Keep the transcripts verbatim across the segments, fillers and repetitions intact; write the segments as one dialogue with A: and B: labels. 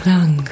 A: Klang.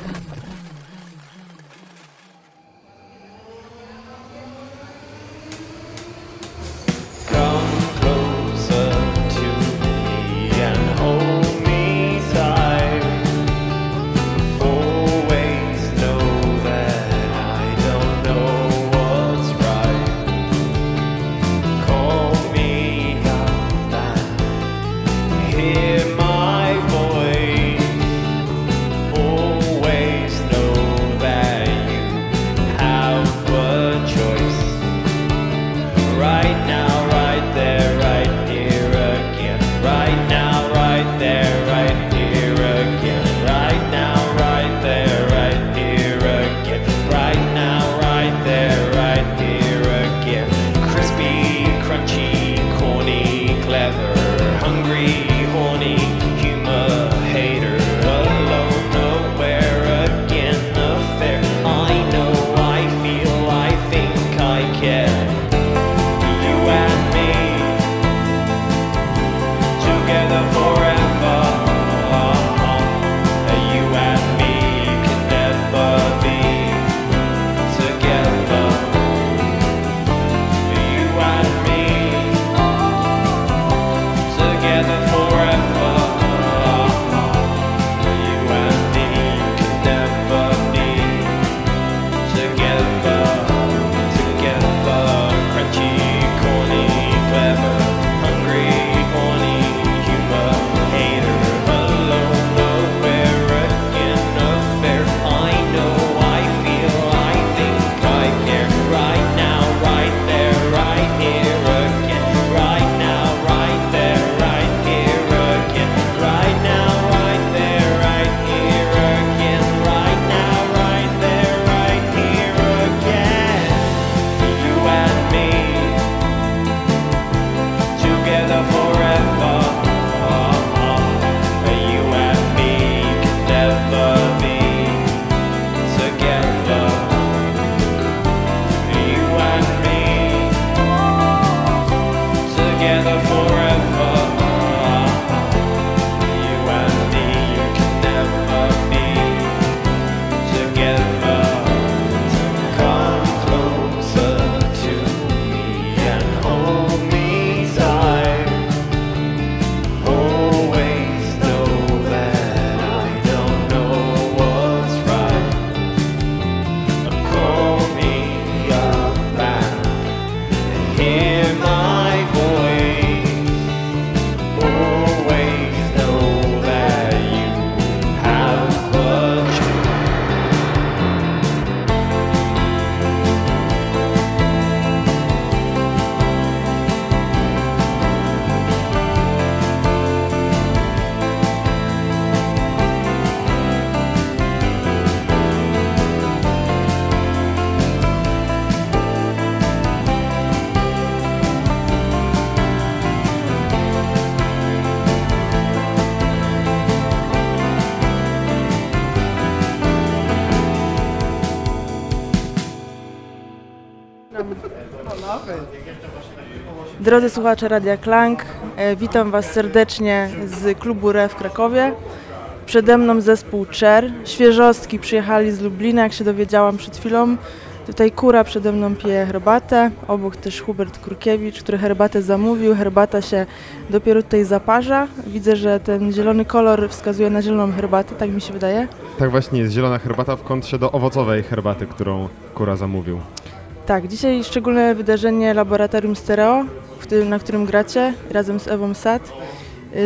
B: Drodzy słuchacze Radia Klang, e, witam Was serdecznie z klubu R E w Krakowie. Przede mną zespół Czer. Świeżostki przyjechali z Lublina, jak się dowiedziałam przed chwilą. Tutaj Kura przede mną pije herbatę, obok też Hubert Kurkiewicz, który herbatę zamówił. Herbata się dopiero tutaj zaparza. Widzę, że ten zielony kolor wskazuje na zieloną herbatę, tak mi się wydaje.
C: Tak właśnie, jest zielona herbata w kontrze do owocowej herbaty, którą Kura zamówił.
B: Tak, dzisiaj szczególne wydarzenie Laboratorium Stereo, w którym, na którym gracie razem z Ewą Sad. Yy,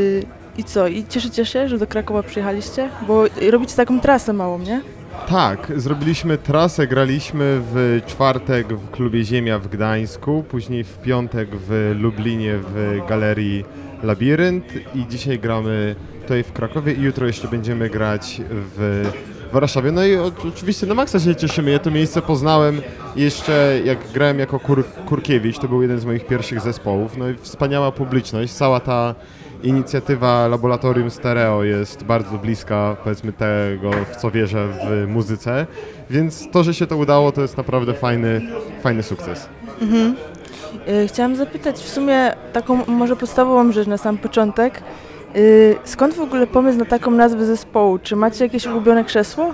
B: I co? I cieszycie się, że do Krakowa przyjechaliście? Bo robicie taką trasę małą, nie?
C: Tak, zrobiliśmy trasę, graliśmy w czwartek w klubie Ziemia w Gdańsku, później w piątek w Lublinie w galerii Labirynt i dzisiaj gramy tutaj w Krakowie i jutro jeszcze będziemy grać w Warszawie. No i oczywiście na maksa się cieszymy. Ja to miejsce poznałem jeszcze jak grałem jako Kur- Kurkiewicz, to był jeden z moich pierwszych zespołów. No i wspaniała publiczność, cała ta inicjatywa Laboratorium Stereo jest bardzo bliska, powiedzmy, tego, w co wierzę w muzyce, więc to, że się to udało, to jest naprawdę fajny, fajny sukces.
B: Mhm. Chciałam zapytać w sumie taką może podstawową rzecz na sam początek. Y, skąd w ogóle pomysł na taką nazwę zespołu? Czy macie jakieś ulubione krzesło?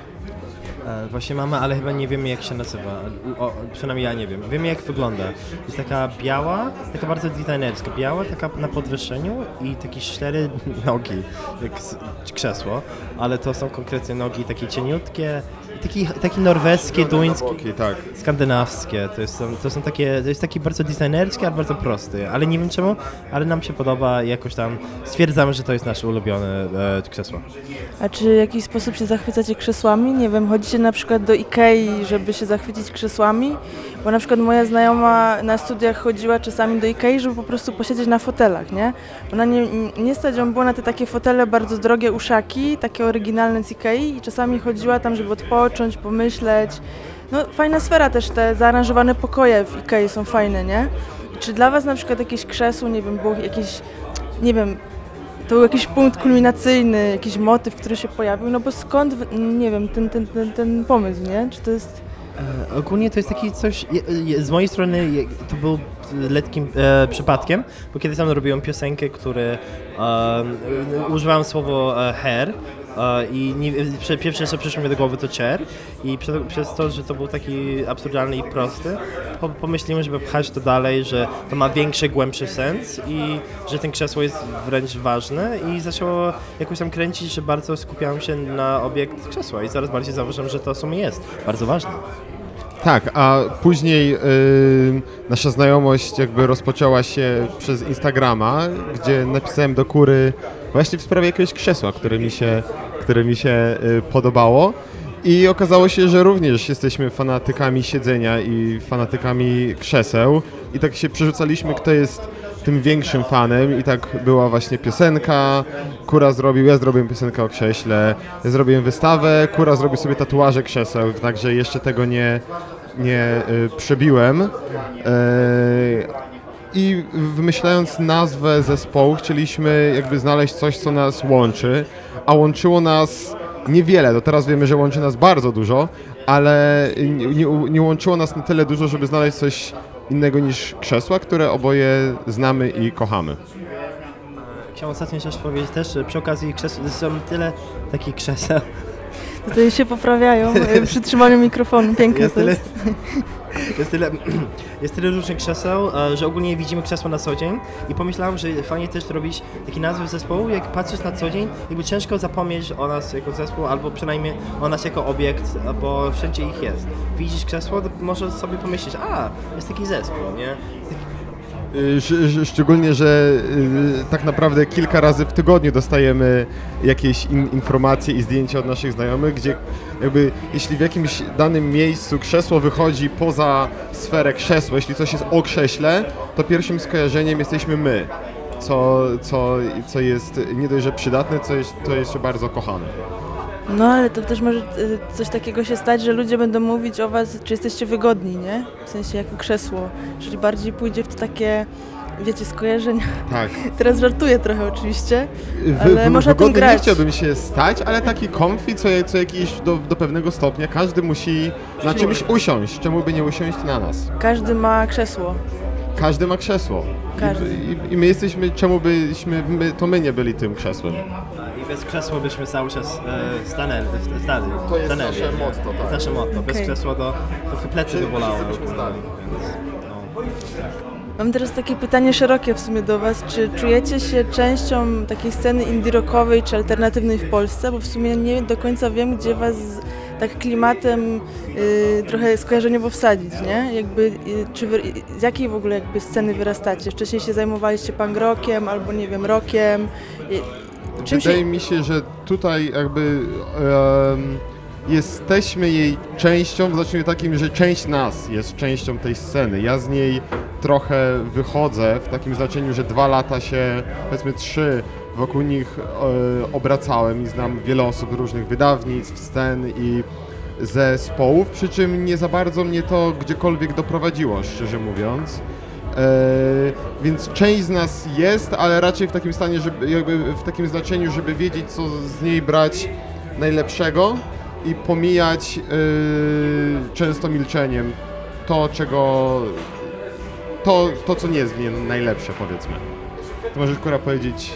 A: E, właśnie mamy, ale chyba nie wiemy jak się nazywa, o, przynajmniej ja nie wiem. Wiemy jak wygląda. Jest taka biała, taka bardzo designerska, biała, taka na podwyższeniu i takie cztery nogi, jak s- krzesło, ale to są konkretnie nogi takie cieniutkie, taki, taki norweskie, duńskie,
C: Boki, tak.
A: skandynawskie. To, jest, to są takie, to jest taki bardzo designerski, ale bardzo prosty, ale nie wiem czemu, ale nam się podoba i jakoś tam stwierdzamy, że to jest nasze ulubione e, krzesło.
B: A czy w jakiś sposób się zachwycacie krzesłami? Nie wiem, chodzicie na przykład do Ikei, żeby się zachwycić krzesłami? Bo na przykład moja znajoma na studiach chodziła czasami do Ikei, żeby po prostu posiedzieć na fotelach, nie? Ona nie, nie stać ją było na te takie fotele, bardzo drogie uszaki, takie oryginalne z Ikei i czasami chodziła tam, żeby odpocząć, pomyśleć. No fajna sfera też, te zaaranżowane pokoje w Ikei są fajne, nie? Czy dla was na przykład jakieś krzesło, nie wiem, było jakieś, nie wiem, to był jakiś punkt kulminacyjny, jakiś motyw, który się pojawił, no bo skąd, w- nie wiem, ten, ten, ten, ten pomysł, nie? Czy to jest...
A: E, ogólnie to jest taki coś, je, je, z mojej strony je, to był letkim e, przypadkiem, bo kiedyś tam robiłem piosenkę, który e, używałem słowo e, hair e, i nie, prze, pierwsze co przyszło mi do głowy to chair i prze, przez to, że to był taki absurdalny i prosty, po, pomyślałem, żeby pchać to dalej, że to ma większy, głębszy sens i że ten krzesło jest wręcz ważne i zaczęło jakoś tam kręcić, że bardzo skupiałem się na obiekt krzesła i coraz bardziej zauważyłem, że to w sumie jest bardzo ważne.
C: Tak, a później y, nasza znajomość jakby rozpoczęła się przez Instagrama, gdzie napisałem do Kury właśnie w sprawie jakiegoś krzesła, które mi się, które mi się y, podobało. I okazało się, że również jesteśmy fanatykami siedzenia i fanatykami krzeseł. I tak się przerzucaliśmy, kto jest tym większym fanem i tak była właśnie piosenka, Kura zrobił, ja zrobiłem piosenkę o krześle, ja zrobiłem wystawę, Kura zrobił sobie tatuaże krzeseł, także jeszcze tego nie, nie y, przebiłem. Y, I wymyślając nazwę zespołu chcieliśmy jakby znaleźć coś, co nas łączy, a łączyło nas niewiele, do teraz wiemy, że łączy nas bardzo dużo, ale nie, nie, nie łączyło nas na tyle dużo, żeby znaleźć coś innego niż krzesła, które oboje znamy i kochamy.
A: Chciałem ostatnio też powiedzieć też, że przy okazji krzeseł, są tyle takich krzeseł.
B: Tutaj się poprawiają y, przy trzymaniu mikrofonu, piękne
A: Jest
B: to
A: tyle,
B: jest.
A: jest, tyle, jest tyle różnych krzeseł, e, że ogólnie widzimy krzesło na co dzień i pomyślałem, że fajnie też robić takie nazwy zespołu, jak patrzysz na co dzień, jakby ciężko zapomnieć o nas jako zespół, albo przynajmniej o nas jako obiekt, bo wszędzie ich jest. Widzisz krzesło, to możesz sobie pomyśleć, a, jest taki zespół, nie? Taki...
C: Y, sz- sz- Szczególnie, że y, tak naprawdę kilka razy w tygodniu dostajemy jakieś in, informacje i zdjęcia od naszych znajomych, gdzie jakby jeśli w jakimś danym miejscu krzesło wychodzi poza sferę krzesła, jeśli coś jest o krześle, to pierwszym skojarzeniem jesteśmy my, co, co, co jest nie dość, że przydatne, co jest, to jeszcze bardzo kochane.
B: No ale to też może y, coś takiego się stać, że ludzie będą mówić o was, czy jesteście wygodni, nie? W sensie jako krzesło, czyli bardziej pójdzie w to takie, wiecie, skojarzenia.
C: Tak.
B: Teraz żartuję trochę oczywiście,
C: Wy,
B: ale
C: wy,
B: można tym
C: wygodny nie
B: grać.
C: chciałbym się stać, ale taki comfy co, co jakiś do, do pewnego stopnia. Każdy musi na czymś usiąść. Czemu by nie usiąść na nas?
B: Każdy ma krzesło.
C: Każdy ma krzesło.
B: Każdy.
C: I, i, I my jesteśmy, czemu byśmy, my, to my nie byli tym krzesłem.
A: I bez krzesła byśmy cały czas e, stanęli. Stali,
C: To jest
A: stanęli,
C: nasze
A: nie?
C: motto, tak.
A: To jest nasze motto. Bez
B: Okej.
A: krzesła to trochę plecy by bolały.
C: Wszyscy stali.
A: Więc, no.
B: Mam teraz takie pytanie szerokie w sumie do was. Czy czujecie się częścią takiej sceny indie rockowej czy alternatywnej w Polsce? Bo w sumie nie do końca wiem, gdzie was tak klimatem y, trochę skojarzeniowo wsadzić, nie? Jakby, y, czy wy, z jakiej w ogóle jakby sceny wyrastacie? Wcześniej się zajmowaliście punk rockiem albo nie wiem, rockiem? Y, czym
C: Wydaje
B: się...
C: mi się, że tutaj jakby em, jesteśmy jej częścią w znaczeniu takim, że część nas jest częścią tej sceny. Ja z niej trochę wychodzę w takim znaczeniu, że dwa lata się, powiedzmy trzy, wokół nich e, obracałem i znam wiele osób z różnych wydawnictw, scen i zespołów, przy czym nie za bardzo mnie to gdziekolwiek doprowadziło, szczerze mówiąc. E, więc część z nas jest, ale raczej w takim stanie, żeby, jakby w takim znaczeniu, żeby wiedzieć, co z niej brać najlepszego i pomijać e, często milczeniem to, czego, to, to, co nie jest w niej najlepsze, powiedzmy. To możesz, Kura, powiedzieć, skąd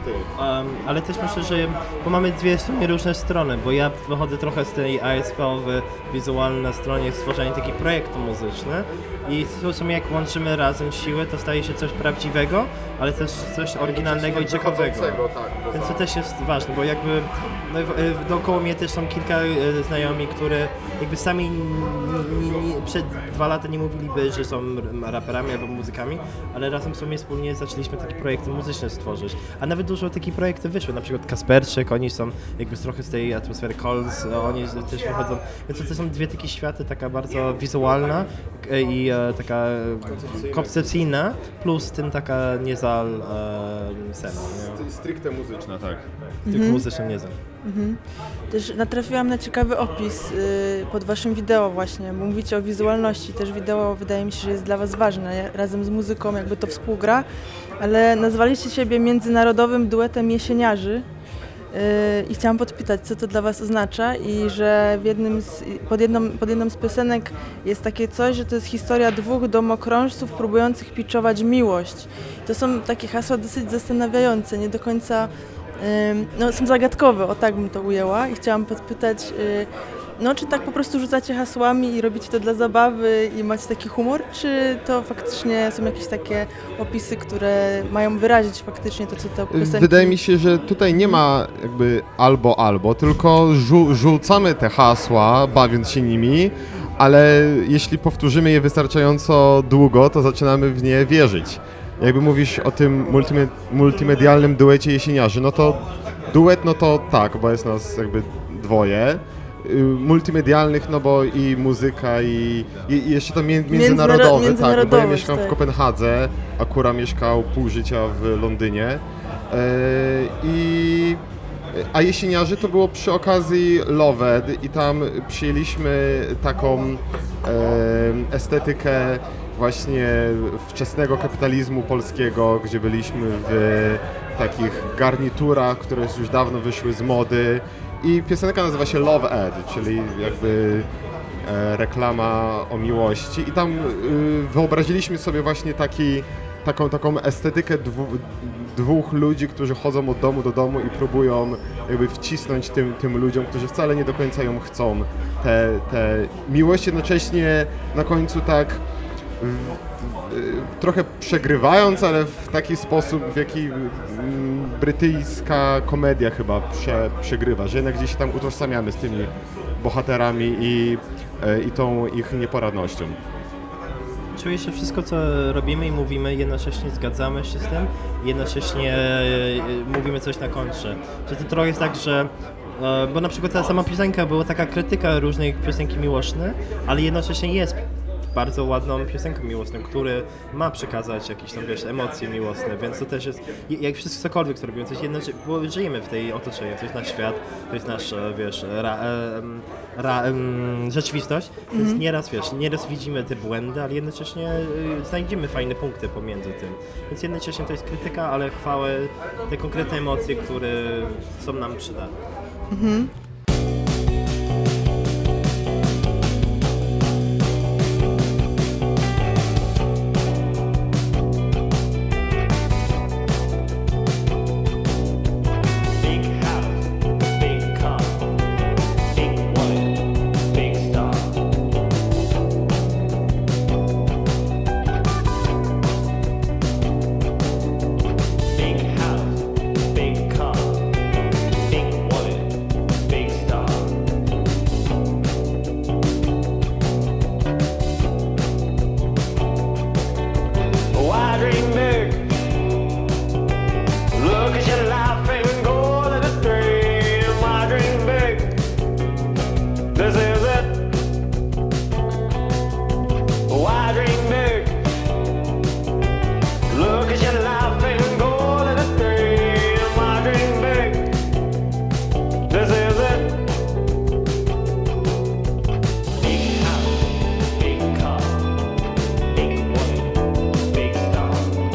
C: ty.
A: Um, ale też myślę, że bo mamy dwie w sumie różne strony, bo ja wychodzę trochę z tej A S P-owej wizualnej stronie stworzenia takich projektów muzycznych i w sumie jak łączymy razem siły, to staje się coś prawdziwego, ale też coś oryginalnego i ciekawego.
C: Tak,
A: Więc to też jest ważne, bo jakby no, w- dookoła mnie też są kilka e, znajomi, które jakby sami n- n- n- przed dwa lata nie mówiliby, że są r- raperami albo muzykami, ale razem w sumie wspólnie zaczęliśmy takie projekty muzyczne stworzyć. A nawet dużo takich projektów wyszły, na przykład Kasperczyk, oni są jakby trochę z tej atmosfery Cols, oni też wychodzą. Więc to też są dwie takie światy, taka bardzo wizualna e, i e, taka e, koncepcyjna, plus tym taka niezal e, scena, nie?
C: Stricte muzyczna, tak.
A: Tylko muzycznym niezem.
B: Też natrafiłam na ciekawy opis y, pod waszym wideo właśnie, bo mówicie o wizualności, też wideo wydaje mi się, że jest dla was ważne, ja- razem z muzyką jakby to współgra, ale nazwaliście siebie międzynarodowym duetem jesieniarzy y, i chciałam podpytać, co to dla was oznacza i że w jednym z, pod, jedną, pod jedną z piosenek jest takie coś, że to jest historia dwóch domokrążców próbujących piczować miłość. To są takie hasła dosyć zastanawiające, nie do końca Ym, no, są zagadkowe, o tak bym to ujęła i chciałam podpytać, y, no czy tak po prostu rzucacie hasłami i robicie to dla zabawy i macie taki humor, czy to faktycznie są jakieś takie opisy, które mają wyrazić faktycznie to, co te piosenki...
C: Wydaje mi się, że tutaj nie ma jakby albo albo, tylko żu- rzucamy te hasła, bawiąc się nimi, ale jeśli powtórzymy je wystarczająco długo, to zaczynamy w nie wierzyć. Jakby mówisz o tym multime- multimedialnym duecie jesieniarzy, no to duet, no to tak, bo jest nas jakby dwoje. Y, Multimedialnych, no bo i muzyka, i, i i jeszcze to mię- międzynarodowy, tak, bo ja
B: międzynarodowość,
C: mieszkam w
B: tak.
C: Kopenhadze, a Kura mieszkał pół życia w Londynie. E, I a jesieniarzy to było przy okazji Loved i tam przyjęliśmy taką e, estetykę właśnie wczesnego kapitalizmu polskiego, gdzie byliśmy w takich garniturach, które już dawno wyszły z mody i piosenka nazywa się Love Ad, czyli jakby e, reklama o miłości i tam y, wyobraziliśmy sobie właśnie taki, taką, taką estetykę dwu, dwóch ludzi, którzy chodzą od domu do domu i próbują jakby wcisnąć tym, tym ludziom, którzy wcale nie do końca ją chcą, te, te miłość, jednocześnie na końcu tak w, w, trochę przegrywając, ale w taki sposób, w jaki mm, brytyjska komedia chyba prze, przegrywa, że jednak gdzieś się tam utożsamiamy z tymi bohaterami i, e, i tą ich nieporadnością.
A: Czuję, że wszystko, co robimy i mówimy, jednocześnie zgadzamy się z tym, jednocześnie e, mówimy coś na kontrze. Że to trochę jest tak, że e, bo na przykład ta sama piosenka była taka krytyka różnych piosenki miłosnych, ale jednocześnie jest bardzo ładną piosenką miłosną, który ma przekazać jakieś tam, wiesz, emocje miłosne, więc to też jest, jak wszystko cokolwiek, co robimy, coś jednocześnie, bo żyjemy w tej otoczeniu, to jest nasz świat, to jest nasz, wiesz, ra, em, ra, em, rzeczywistość, więc nieraz, wiesz, nieraz widzimy te błędy, ale jednocześnie y, znajdziemy fajne punkty pomiędzy tym, więc jednocześnie to jest krytyka, ale chwałę, te konkretne emocje, które są nam przydatne.
D: Big house, big car, big wallet, big star. Big house, big car, big wallet, big star. Oh, I dream big. Look at your life and go to the dream. I dream big. This is it. Oh, I dream big. Look at your life and go to the dream. I dream big. This is it. Big house, big car, big woman, big star.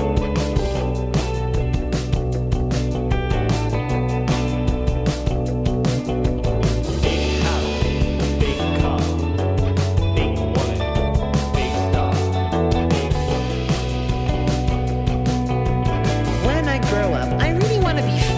D: Big house, big car, big woman, big star.
E: When I grow up, I really want to be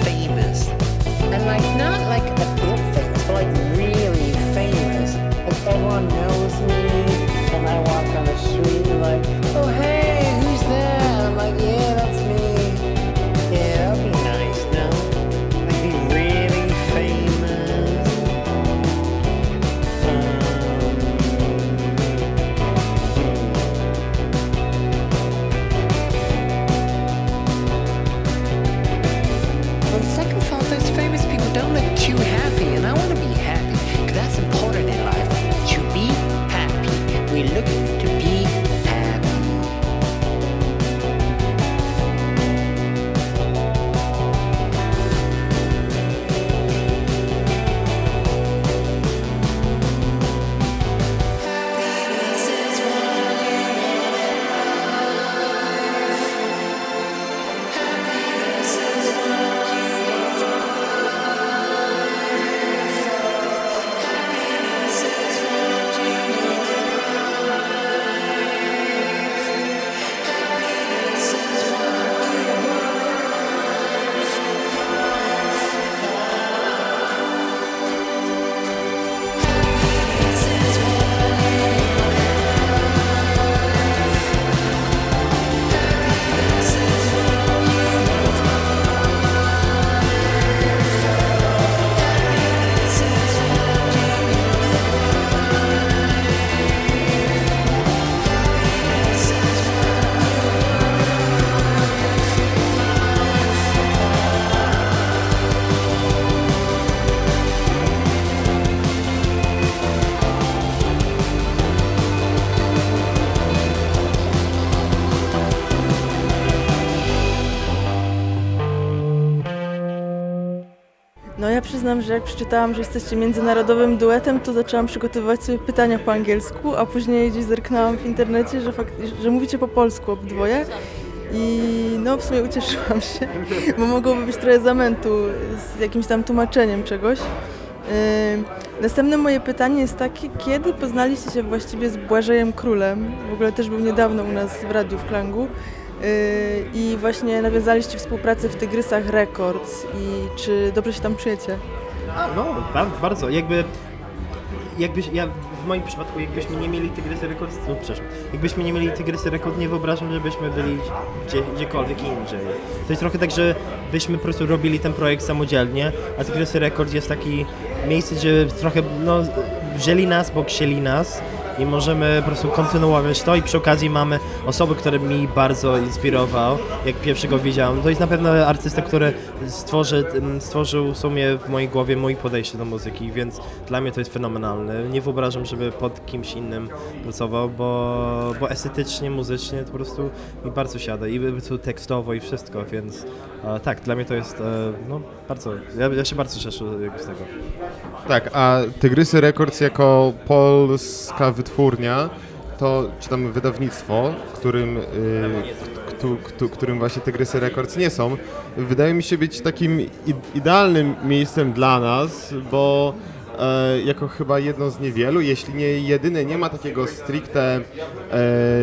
B: No ja przyznam, że jak przeczytałam, że jesteście międzynarodowym duetem, to zaczęłam przygotowywać sobie pytania po angielsku, a później gdzieś zerknęłam w internecie, że, fakt, że mówicie po polsku obydwoje. I no w sumie ucieszyłam się, bo mogłoby być trochę zamętu z jakimś tam tłumaczeniem czegoś. Yy, następne moje pytanie jest takie, kiedy poznaliście się właściwie z Błażejem Królem? W ogóle też był niedawno u nas w radiu w Klangu. Yy, I właśnie nawiązaliście współpracę w Tygrysach Records i czy dobrze się tam czujecie?
A: No, tak, bardzo. Jakby, jakbyś, ja w moim przypadku, jakbyśmy nie mieli Tygrysy Records, no przepraszam, jakbyśmy nie mieli Tygrysy Records, nie wyobrażam, żebyśmy byli gdzie, gdziekolwiek indziej. To jest trochę tak, że byśmy po prostu robili ten projekt samodzielnie, a Tygrysy Records jest taki miejsce, gdzie trochę, no, wzięli nas, bo chcieli nas i możemy po prostu kontynuować to i przy okazji mamy osoby, które mi bardzo inspirował, jak pierwszego widziałem. To jest na pewno artysta, który stworzy, stworzył w sumie w mojej głowie moje podejście do muzyki, więc dla mnie to jest fenomenalne. Nie wyobrażam, żeby pod kimś innym pracował, bo, bo estetycznie, muzycznie to po prostu mi bardzo siada i po prostu tekstowo i wszystko, więc e, tak, dla mnie to jest e, no, bardzo, ja, ja się bardzo cieszę z tego.
C: Tak, a Tygrysy Records jako polska wytwórnia, to czy tam wydawnictwo, którym, y, któ, któ, którym właśnie Tygrysy Records nie są, wydaje mi się być takim i, idealnym miejscem dla nas, bo e, jako chyba jedno z niewielu, jeśli nie jedyne, nie ma takiego stricte e,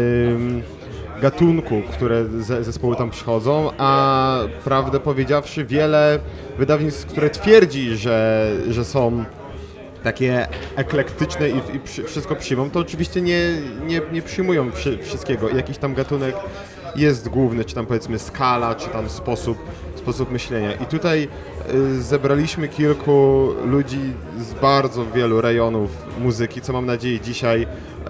C: gatunku, które ze, zespoły tam przychodzą, a prawdę powiedziawszy wiele wydawnictw, które twierdzi, że, że są takie eklektyczne i, i przy, wszystko przyjmą, to oczywiście nie, nie, nie przyjmują wszy, wszystkiego. Jakiś tam gatunek jest główny, czy tam powiedzmy skala, czy tam sposób, sposób myślenia. I tutaj y, zebraliśmy kilku ludzi z bardzo wielu rejonów muzyki, co mam nadzieję dzisiaj y,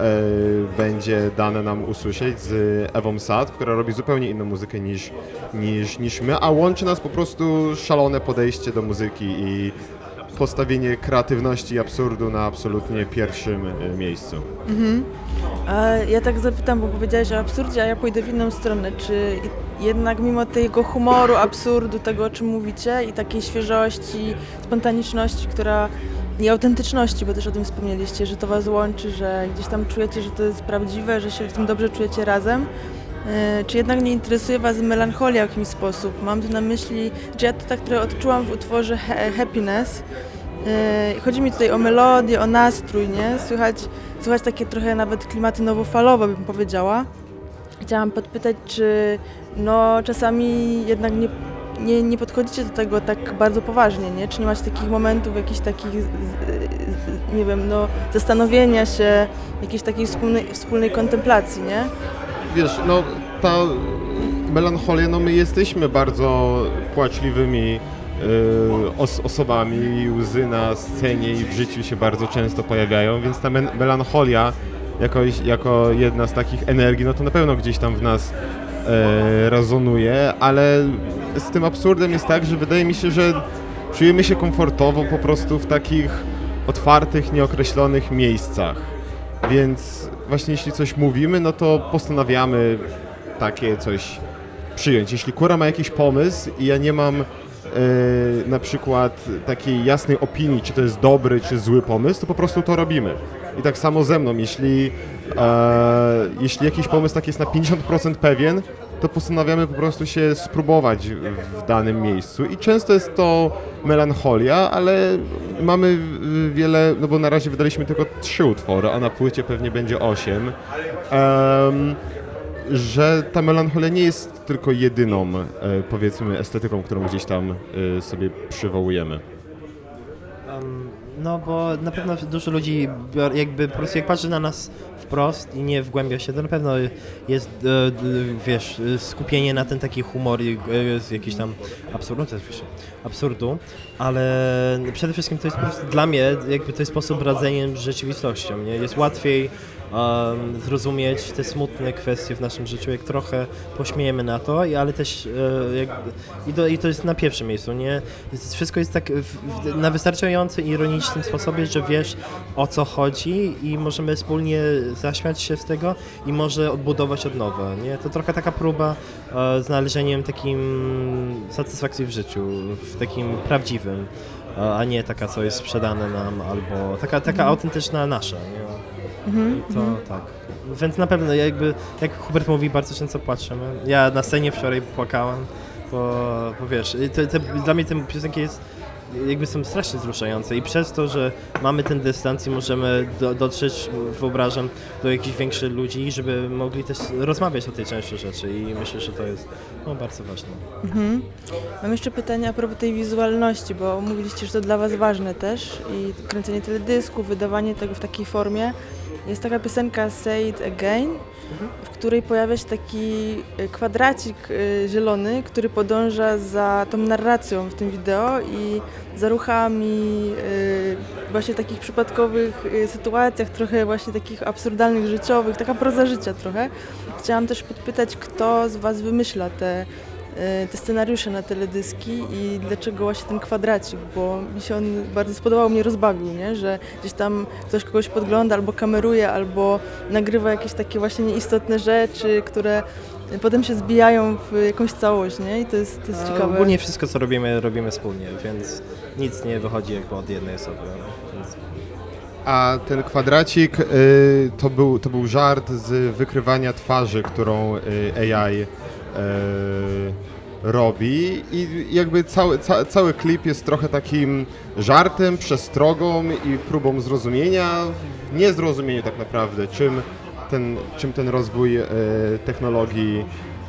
C: będzie dane nam usłyszeć z Ewą Sad, która robi zupełnie inną muzykę niż, niż, niż my, a łączy nas po prostu szalone podejście do muzyki i postawienie kreatywności i absurdu na absolutnie pierwszym y, miejscu.
B: Mhm. A ja tak zapytam, bo powiedziałeś o absurdzie, a ja pójdę w inną stronę. Czy jednak mimo tego humoru, absurdu, tego o czym mówicie i takiej świeżości, spontaniczności, która i autentyczności, bo też o tym wspomnieliście, że to was łączy, że gdzieś tam czujecie, że to jest prawdziwe, że się w tym dobrze czujecie razem, yy, czy jednak nie interesuje was melancholia w jakiś sposób? Mam tu na myśli, że ja to tak trochę odczułam w utworze ha- Happiness. Yy, chodzi mi tutaj o melodię, o nastrój, nie? Słychać, słychać takie trochę nawet klimaty nowofalowe, bym powiedziała. Chciałam podpytać, czy no, czasami jednak nie, nie, nie podchodzicie do tego tak bardzo poważnie, nie? Czy nie macie takich momentów, jakichś takich, nie wiem, no, zastanowienia się, jakiejś takiej wspólnej, wspólnej kontemplacji, nie?
C: Wiesz, no ta melancholia, no my jesteśmy bardzo płaczliwymi y, os- osobami i łzy na scenie i w życiu się bardzo często pojawiają, więc ta me- melancholia jakoś, jako jedna z takich energii, no to na pewno gdzieś tam w nas e, rezonuje, ale z tym absurdem jest tak, że wydaje mi się, że czujemy się komfortowo po prostu w takich otwartych, nieokreślonych miejscach. Więc właśnie jeśli coś mówimy, no to postanawiamy takie coś przyjąć. Jeśli Kura ma jakiś pomysł i ja nie mam e, na przykład takiej jasnej opinii, czy to jest dobry, czy zły pomysł, to po prostu to robimy. I tak samo ze mną, jeśli, e, jeśli jakiś pomysł tak jest na pięćdziesiąt procent pewien, to postanawiamy po prostu się spróbować w danym miejscu. I często jest to melancholia, ale mamy wiele, no bo na razie wydaliśmy tylko trzy utwory, a na płycie pewnie będzie osiem. Um, że ta melancholia nie jest tylko jedyną, e, powiedzmy, estetyką, którą gdzieś tam e, sobie przywołujemy.
A: Um, no bo na pewno dużo ludzi bior- jakby po prostu jak patrzy na nas wprost i nie wgłębia się, to na pewno jest, e, e, wiesz, skupienie na ten taki humor i e, jakiś tam absurdu, to jest, absurdu, ale przede wszystkim to jest po prostu dla mnie jakby to jest sposób radzenia z rzeczywistością, nie? Jest łatwiej um, zrozumieć te smutne kwestie w naszym życiu, jak trochę pośmiejemy na to, i, ale też e, jak, i, to, i to jest na pierwszym miejscu, nie? Wszystko jest tak w, w, na wystarczająco ironicznym sposobie, że wiesz o co chodzi i możemy wspólnie zaśmiać się z tego i może odbudować od nowa, nie? To trochę taka próba e, znalezieniem takim satysfakcji w życiu, w takim prawdziwym. a a nie taka, co jest sprzedane nam, albo taka, taka autentyczna nasza. Nie? I to tak. Więc na pewno, jakby, jak Hubert mówi, bardzo często płaczemy. Ja na scenie wczoraj płakałem, bo, bo wiesz, te, te, dla mnie te piosenki jest, jakby są strasznie wzruszające i przez to, że mamy ten dystans i możemy do, dotrzeć, wyobrażam, do jakichś większych ludzi, żeby mogli też rozmawiać o tej części rzeczy i myślę, że to jest no, bardzo ważne.
B: Mhm. Mam jeszcze pytanie a propos tej wizualności, bo mówiliście, że to dla Was ważne też i kręcenie teledysku, wydawanie tego w takiej formie. Jest taka piosenka Say It Again, w której pojawia się taki y, kwadracik y, zielony, który podąża za tą narracją w tym wideo i za ruchami y, właśnie takich przypadkowych y, sytuacjach, trochę właśnie takich absurdalnych, życiowych, taka proza życia trochę. Chciałam też podpytać, kto z Was wymyśla te te scenariusze na teledyski i dlaczego właśnie ten kwadracik, bo mi się on bardzo spodobał, mnie rozbawił, nie? Że gdzieś tam ktoś kogoś podgląda albo kameruje, albo nagrywa jakieś takie właśnie nieistotne rzeczy, które potem się zbijają w jakąś całość, nie? I to jest, to jest
A: A
B: ciekawe.
A: ogólnie wszystko, co robimy, robimy wspólnie, więc nic nie wychodzi jakby od jednej osoby. Więc...
C: A ten kwadracik y, to, był, to był żart z wykrywania twarzy, którą y, A I y, robi i jakby cały, ca, cały klip jest trochę takim żartem, przestrogą i próbą zrozumienia, niezrozumienia tak naprawdę, czym ten, czym ten rozwój y, technologii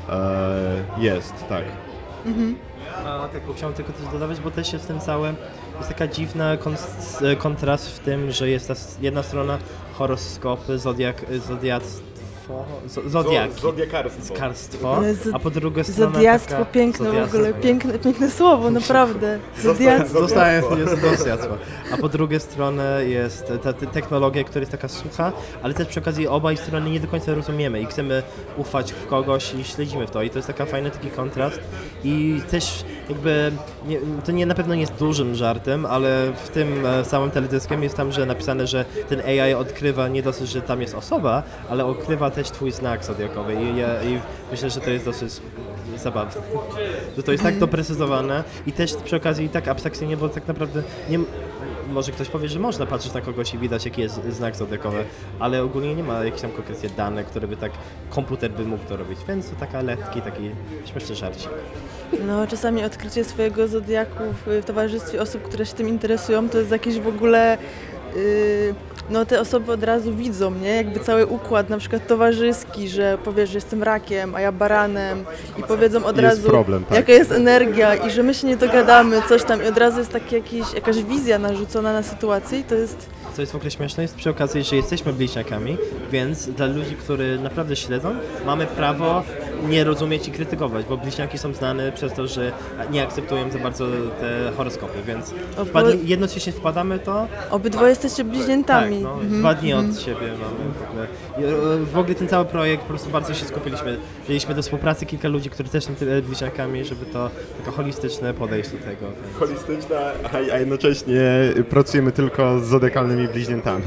C: y, jest, tak.
B: Mhm.
A: A tak, bo chciałem tylko coś dodawać, bo też jest w tym całym, jest taka dziwna kon- kontrast w tym, że jest ta s- jedna strona horoskopy, zodiak, zodiactwo, zo- zodiaki, zodiakarstwo,
B: Ale zod-
A: a po drugiej stronie
B: Zodiactwo
A: taka,
B: piękne w
A: zodiactwo.
B: ogóle, piękne, piękne słowo, naprawdę. Zodiactwo.
A: Zostaje jest zodiactwo. A po drugiej stronie jest ta, ta technologia, która jest taka sucha, ale też przy okazji obaj strony nie do końca rozumiemy i chcemy ufać w kogoś i śledzimy w to. I to jest taka fajny taki kontrast. I też jakby, nie, to nie na pewno nie jest dużym żartem, ale w tym e, samym teledyskiem jest tam, że napisane, że ten A I odkrywa nie dosyć, że tam jest osoba, ale odkrywa też twój znak zodiakowy. I, ja, i myślę, że to jest dosyć zabawne. Że to jest tak doprecyzowane i też przy okazji tak abstrakcyjnie, bo tak naprawdę nie, może ktoś powie, że można patrzeć na kogoś i widać, jaki jest znak zodiakowy, ale ogólnie nie ma jakichś tam konkretnie danych, które by tak komputer by mógł to robić, więc to taka lekki, taki śmieszny żarcik.
B: No, czasami odkrycie swojego zodiaku w, w towarzystwie osób, które się tym interesują, to jest jakieś w ogóle... Yy, no te osoby od razu widzą, nie? Jakby cały układ, na przykład towarzyski, że powiesz, że jestem rakiem, a ja baranem i powiedzą od
C: Jest
B: razu,
C: problem, tak.
B: jaka jest energia i że my się nie dogadamy, coś tam i od razu jest taki jakiś, jakaś wizja narzucona na sytuację i to jest...
A: Co jest w ogóle śmieszne, jest przy okazji, że jesteśmy bliźniakami, więc dla ludzi, którzy naprawdę śledzą, mamy prawo nie rozumieć i krytykować, bo bliźniaki są znane przez to, że nie akceptują za bardzo te horoskopy, więc
B: O,
A: wpadli,
B: bo-
A: jednocześnie wkładamy to.
B: Obydwoje jesteście bliźniętami.
A: Tak, no,
B: Mhm.
A: dwa dni od siebie mamy w ogóle. I, e, w ogóle ten cały projekt po prostu bardzo się skupiliśmy. Wzięliśmy do współpracy kilka ludzi, którzy też są tyle bliźniakami, żeby to takie holistyczne podejście do tego. Więc.
C: Holistyczna, a, a jednocześnie pracujemy tylko z zodiakalnymi bliźniętami.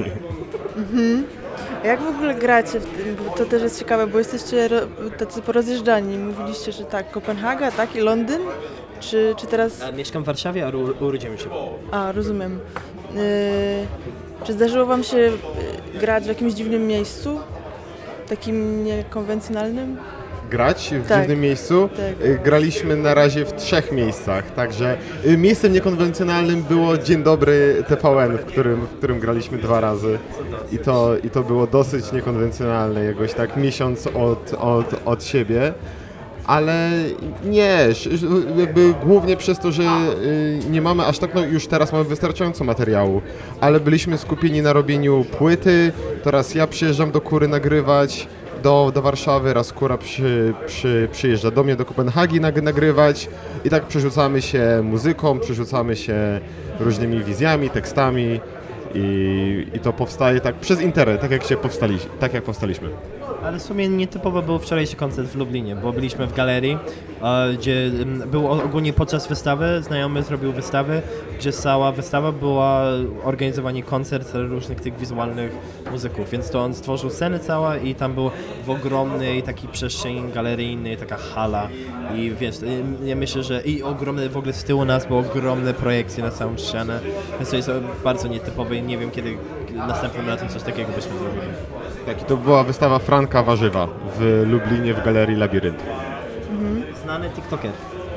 B: A jak w ogóle gracie w tym? Bo to też jest ciekawe, bo jesteście ro, tacy porozjeżdżani. Mówiliście, że tak, Kopenhaga, tak i Londyn? Czy, czy teraz...
A: A mieszkam w Warszawie, a uru- urodziłem się w
B: A, rozumiem. Yy, czy zdarzyło Wam się yy, grać w jakimś dziwnym miejscu? Takim niekonwencjonalnym?
C: Grać w
B: Tak.
C: dziwnym miejscu.
B: Tak.
C: Y, Graliśmy na razie w trzech miejscach, także y, miejscem niekonwencjonalnym było Dzień Dobry T V N, w którym, w którym graliśmy dwa razy i to, i to było dosyć niekonwencjonalne, jakoś tak miesiąc od, od, od siebie. Ale nie, sz- jakby głównie przez to, że y, nie mamy aż tak, no już teraz mamy wystarczająco materiału, ale byliśmy skupieni na robieniu płyty, teraz ja przyjeżdżam do Kury nagrywać, do, do Warszawy, raz Kura przy, przy, przyjeżdża do mnie do Kopenhagi nag, nagrywać i tak przerzucamy się muzyką, przerzucamy się różnymi wizjami, tekstami i, i to powstaje tak przez internet, tak jak się powstali, tak jak powstaliśmy.
A: Ale w sumie nietypowo był wczorajszy koncert w Lublinie, bo byliśmy w galerii, e, gdzie m, był ogólnie podczas wystawy, znajomy zrobił wystawę, gdzie cała wystawa była organizowanie koncert różnych tych wizualnych muzyków, więc to on stworzył scenę cała i tam był w ogromnej takiej przestrzeni galeryjnej, taka hala i wiesz, y, ja myślę, że i ogromne, w ogóle z tyłu nas były ogromne projekcje na całą ścianę, więc to jest bardzo nietypowe i nie wiem kiedy następnym razem coś takiego byśmy zrobili.
C: Tak, i to była wystawa Franka Warzywa w Lublinie w Galerii Labirynt.
A: Znany TikToker.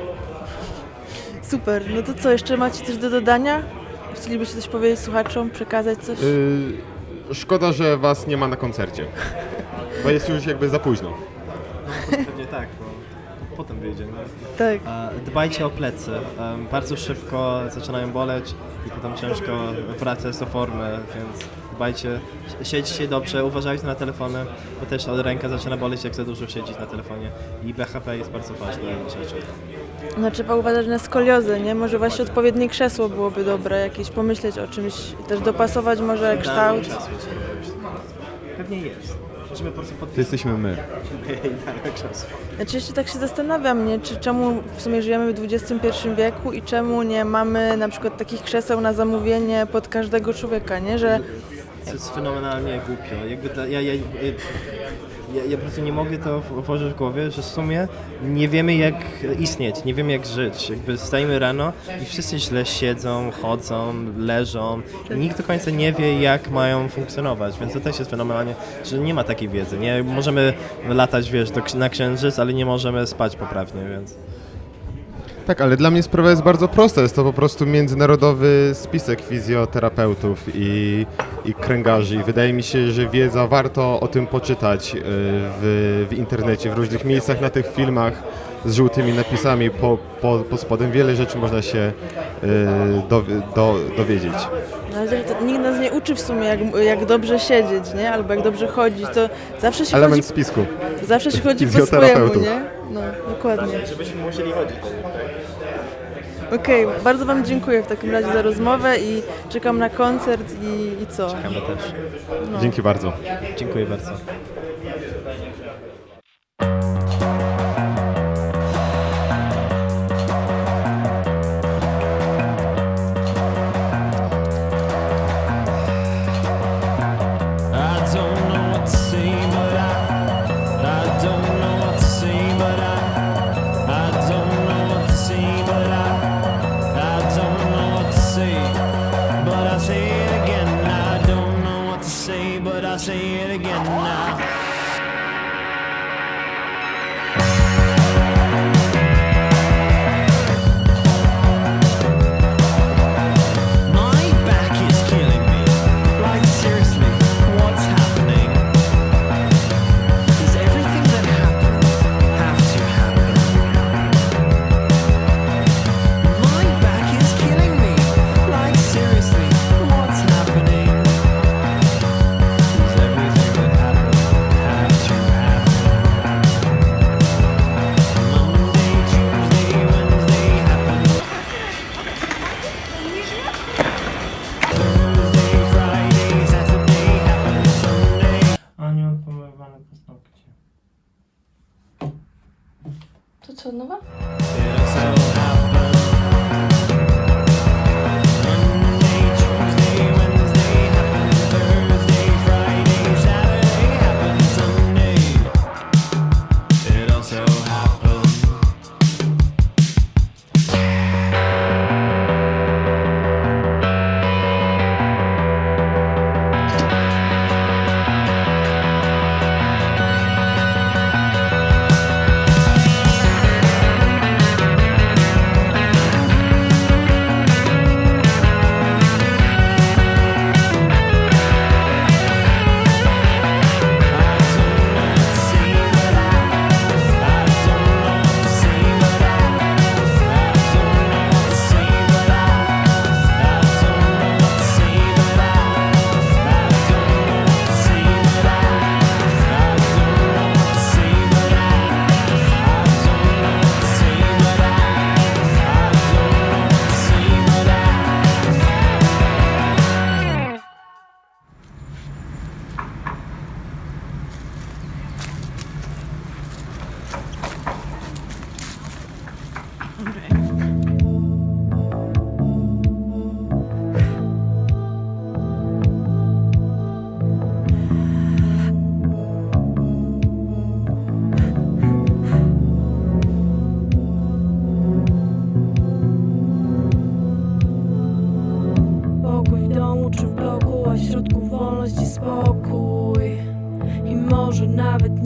B: Super, no to co, jeszcze macie coś do dodania? Chcielibyście coś powiedzieć słuchaczom, przekazać coś?
C: Yy, szkoda, że was nie ma na koncercie, bo jest już jakby za późno.
A: Pewnie tak, bo potem wyjdzie. Nie?
B: Tak.
A: E, Dbajcie o plecy. Em, Bardzo szybko zaczynają boleć i potem ciężko wracać do formy, więc dbajcie, siedźcie dobrze, uważajcie na telefony, bo też ręka zaczyna boleć, jak za dużo siedzieć na telefonie i B H P jest bardzo ważną rzeczą.
B: No trzeba uważać na skoliozę, nie? Może właśnie odpowiednie krzesło byłoby dobre, jakieś pomyśleć o czymś, też dopasować może kształt.
A: Pewnie jest. Możemy po prostu
C: To
A: podpisać
C: jesteśmy my.
A: idealne krzesło.
B: Znaczy jeszcze tak się zastanawiam, nie? Czy czemu w sumie żyjemy w dwudziestym pierwszym wieku i czemu nie mamy na przykład takich krzeseł na zamówienie pod każdego człowieka, nie? Że
A: To jest fenomenalnie głupio. Jakby dla, ja, ja, ja, ja, ja po prostu nie mogę to włożyć w głowie, że w sumie nie wiemy jak istnieć, nie wiemy jak żyć. Jakby stajemy rano i wszyscy źle siedzą, chodzą, leżą i nikt do końca nie wie jak mają funkcjonować, więc to też jest fenomenalnie, że nie ma takiej wiedzy. Nie możemy latać, wiesz, do, na księżyc, ale nie możemy spać poprawnie, więc...
C: Tak, ale dla mnie sprawa jest bardzo prosta. Jest to po prostu międzynarodowy spisek fizjoterapeutów i, i kręgarzy. I wydaje mi się, że wiedza, warto o tym poczytać y, w, w internecie, w różnych miejscach, na tych filmach z żółtymi napisami po, po, pod spodem. Wiele rzeczy można się y, do, do, dowiedzieć.
B: no, ale to nikt nas nie uczy w sumie jak, jak dobrze siedzieć, nie? Albo jak dobrze chodzić, to zawsze się
C: Element
B: chodzi,
C: spisku.
B: zawsze się chodzi po
C: fizjoterapeutów.
B: swojemu, nie? No, dokładnie.
A: Żebyśmy musieli chodzić.
B: Okej, bardzo Wam dziękuję w takim razie za rozmowę i czekam na koncert i, i co?
A: Czekamy też.
C: Dzięki bardzo.
A: Dziękuję bardzo.
E: I don't know what to say, but I, I don't know what to say, but I, I don't know what to say, but I, I don't know what to say, but I say it again. I don't know what to say, but I say it again now. My back is killing me. Like seriously, what's happening? Does everything that happens have to happen? My back is killing me. Like seriously, what's happening? Does everything that happens have to happen? Monday, Tuesday, Wednesday happens. Thursday, Friday, Saturday happens. Sunday.
A: Aniu, pomywane paznokcie.
F: To co, nowa?
E: It also happens. Monday, Tuesday, Wednesday happens. Thursday, Friday, Saturday happens. Sunday. It also happens.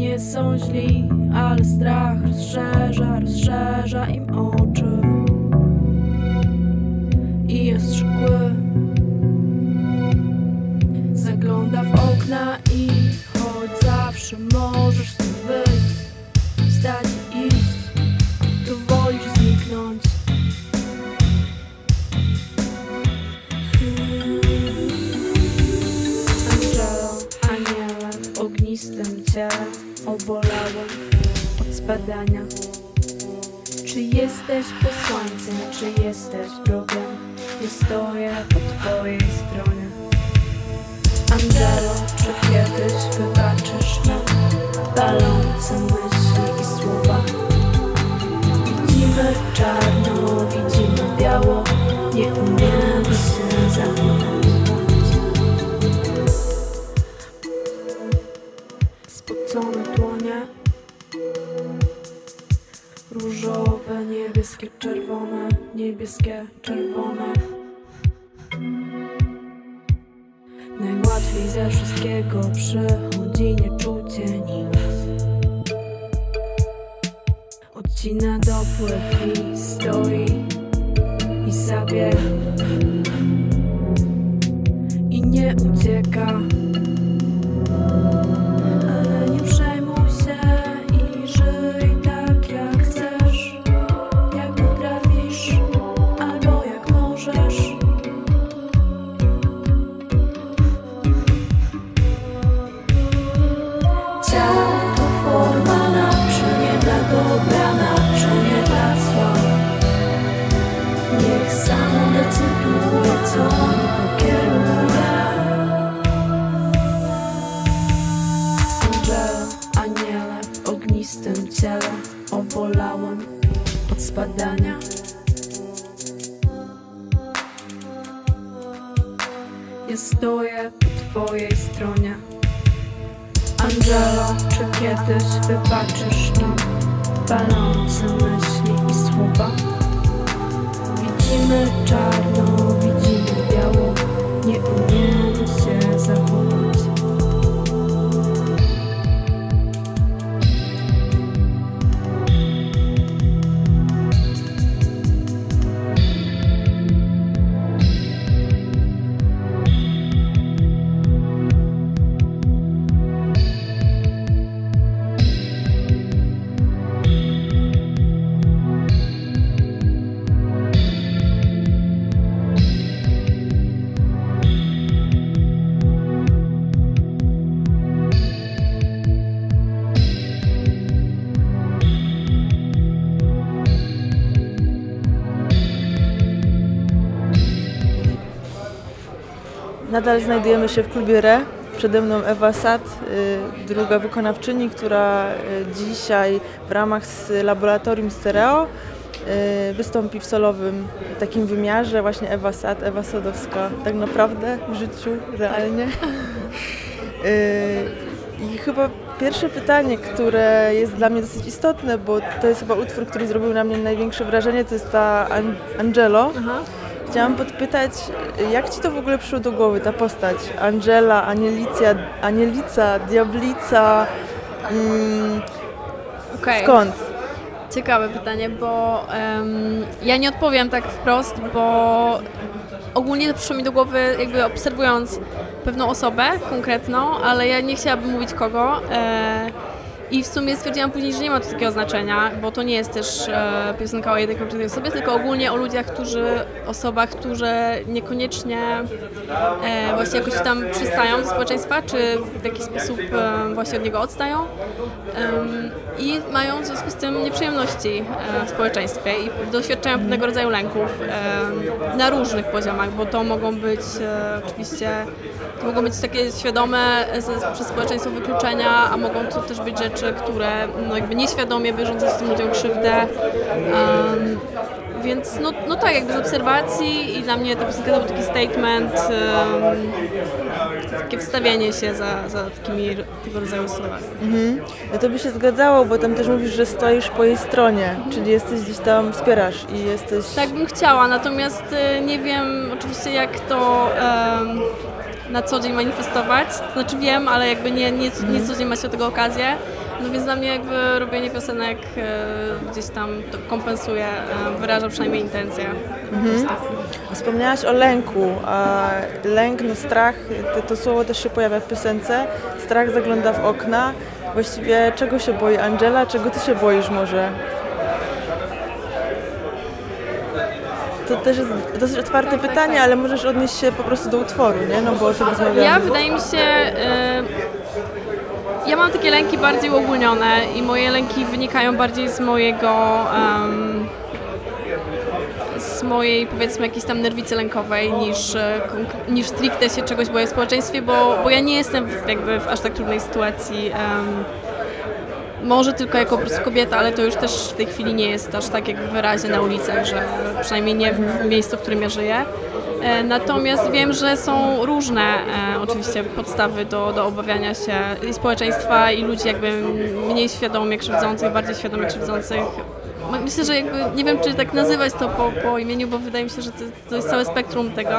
G: Nie są źli, ale strach rozszerza, rozszerza im oczy i jest wściekły. Zagląda w okna i choć zawsze możesz stąd wyjść, wstać i iść, to wolisz zniknąć. Angelo, aniele w ognistym ciele, obolałem od spadania. Czy jesteś posłańcem, czy jesteś wrogiem? Nie stoję po twojej stronie. Angelo, czy kiedyś wybaczysz nam palące myśli i słowa? Widzimy czarno, widzimy biało, nie umiemy się zachować. Spocone dłonie, różowe, niebieskie, czerwone, niebieskie, czerwone. Najłatwiej ze wszystkiego przychodzi nieczucie nic. Odcina dopływ i stoi i sobie i nie ucieka. Ale nie przejmuj się i żyj tak jak chcesz, jak potrafisz albo jak możesz. Ciało to forma naczynie dla dobra, naczynie dla zła. Niech samo decyduje, co nim pokieruje. Angelo, aniele w ognistym ciele, obolałem od spadania. Ja stoję po twojej stronie. Angelo, czy kiedyś wybaczysz nam palące myśli i słowa? Widzimy czarno, widzimy biało, nie umiemy się zachować.
B: Nadal znajdujemy się w klubie Re. Przede mną Ewa Sad, y, druga wykonawczyni, która y, dzisiaj w ramach z laboratorium stereo y, wystąpi w solowym takim wymiarze. Właśnie Ewa Sad, Ewa Sadowska tak naprawdę w życiu, realnie. Y, I chyba pierwsze pytanie, które jest dla mnie dosyć istotne, bo to jest chyba utwór, który zrobił na mnie największe wrażenie, to jest ta An- Angelo.
H: Aha.
B: Chciałam podpytać, jak ci to w ogóle przyszło do głowy, ta postać? Angela, Anielicja, Anielica, Diablica, mm,
H: Okej.
B: skąd?
H: Ciekawe pytanie, bo em, ja nie odpowiem tak wprost, bo ogólnie to przyszło mi do głowy jakby obserwując pewną osobę konkretną, ale ja nie chciałabym mówić kogo. E, I w sumie stwierdziłam później, że nie ma to takiego znaczenia, bo to nie jest też e, piosenka o jednej konkretnej osobie, tylko ogólnie o ludziach, którzy, osobach, które niekoniecznie e, właśnie jakoś tam przystają do społeczeństwa, czy w jakiś sposób e, właśnie od niego odstają e, i mają w związku z tym nieprzyjemności e, w społeczeństwie i doświadczają pewnego rodzaju lęków e, na różnych poziomach, bo to mogą być e, oczywiście, to mogą być takie świadome z, przez społeczeństwo wykluczenia, a mogą to też być rzeczy, które no jakby nieświadomie wyrządzać tym ludziom krzywdę. Um, więc no, no tak, jakby z obserwacji i dla mnie ta piosenka to był taki statement, um, takie wstawienie się za, za takimi tego rodzaju słowami.
B: Mhm. No to by się zgadzało, bo tam też mówisz, że stoisz po jej stronie, czyli jesteś gdzieś tam, wspierasz i jesteś...
H: Tak bym chciała, natomiast y, nie wiem oczywiście jak to um, na co dzień manifestować, to znaczy wiem, ale jakby nie, nie, nie co dzień ma się do tego okazję. No więc dla mnie jakby robienie piosenek e, gdzieś tam to kompensuje, e, wyraża przynajmniej intencję.
B: Mhm. Wspomniałaś o lęku, a lęk, no strach, to, to słowo też się pojawia w piosence. Strach zagląda w okna. Właściwie czego się boi Angela, czego ty się boisz może? To też jest dosyć otwarte
H: Tak, tak,
B: pytanie,
H: tak.
B: ale możesz odnieść się po prostu do utworu, nie? No bo o tym rozmawiamy.
H: Ja wydaje mi się, e, ja mam takie lęki bardziej uogólnione i moje lęki wynikają bardziej z mojego, em, z mojej powiedzmy jakiejś tam nerwicy lękowej niż, e, konk- niż stricte się czegoś boję w społeczeństwie, bo, bo ja nie jestem w, jakby w aż tak trudnej sytuacji. em, Może tylko jako po prostu kobieta, ale to już też w tej chwili nie jest aż tak jakby wyraźnie na ulicach, że przynajmniej nie w, w miejscu, w którym ja żyję. E, Natomiast wiem, że są różne e, oczywiście podstawy do, do obawiania się i społeczeństwa i ludzi jakby mniej świadomie krzywdzących, bardziej świadomie krzywdzących. Myślę, że jakby nie wiem, czy tak nazywać to po, po imieniu, bo wydaje mi się, że to, to jest całe spektrum tego.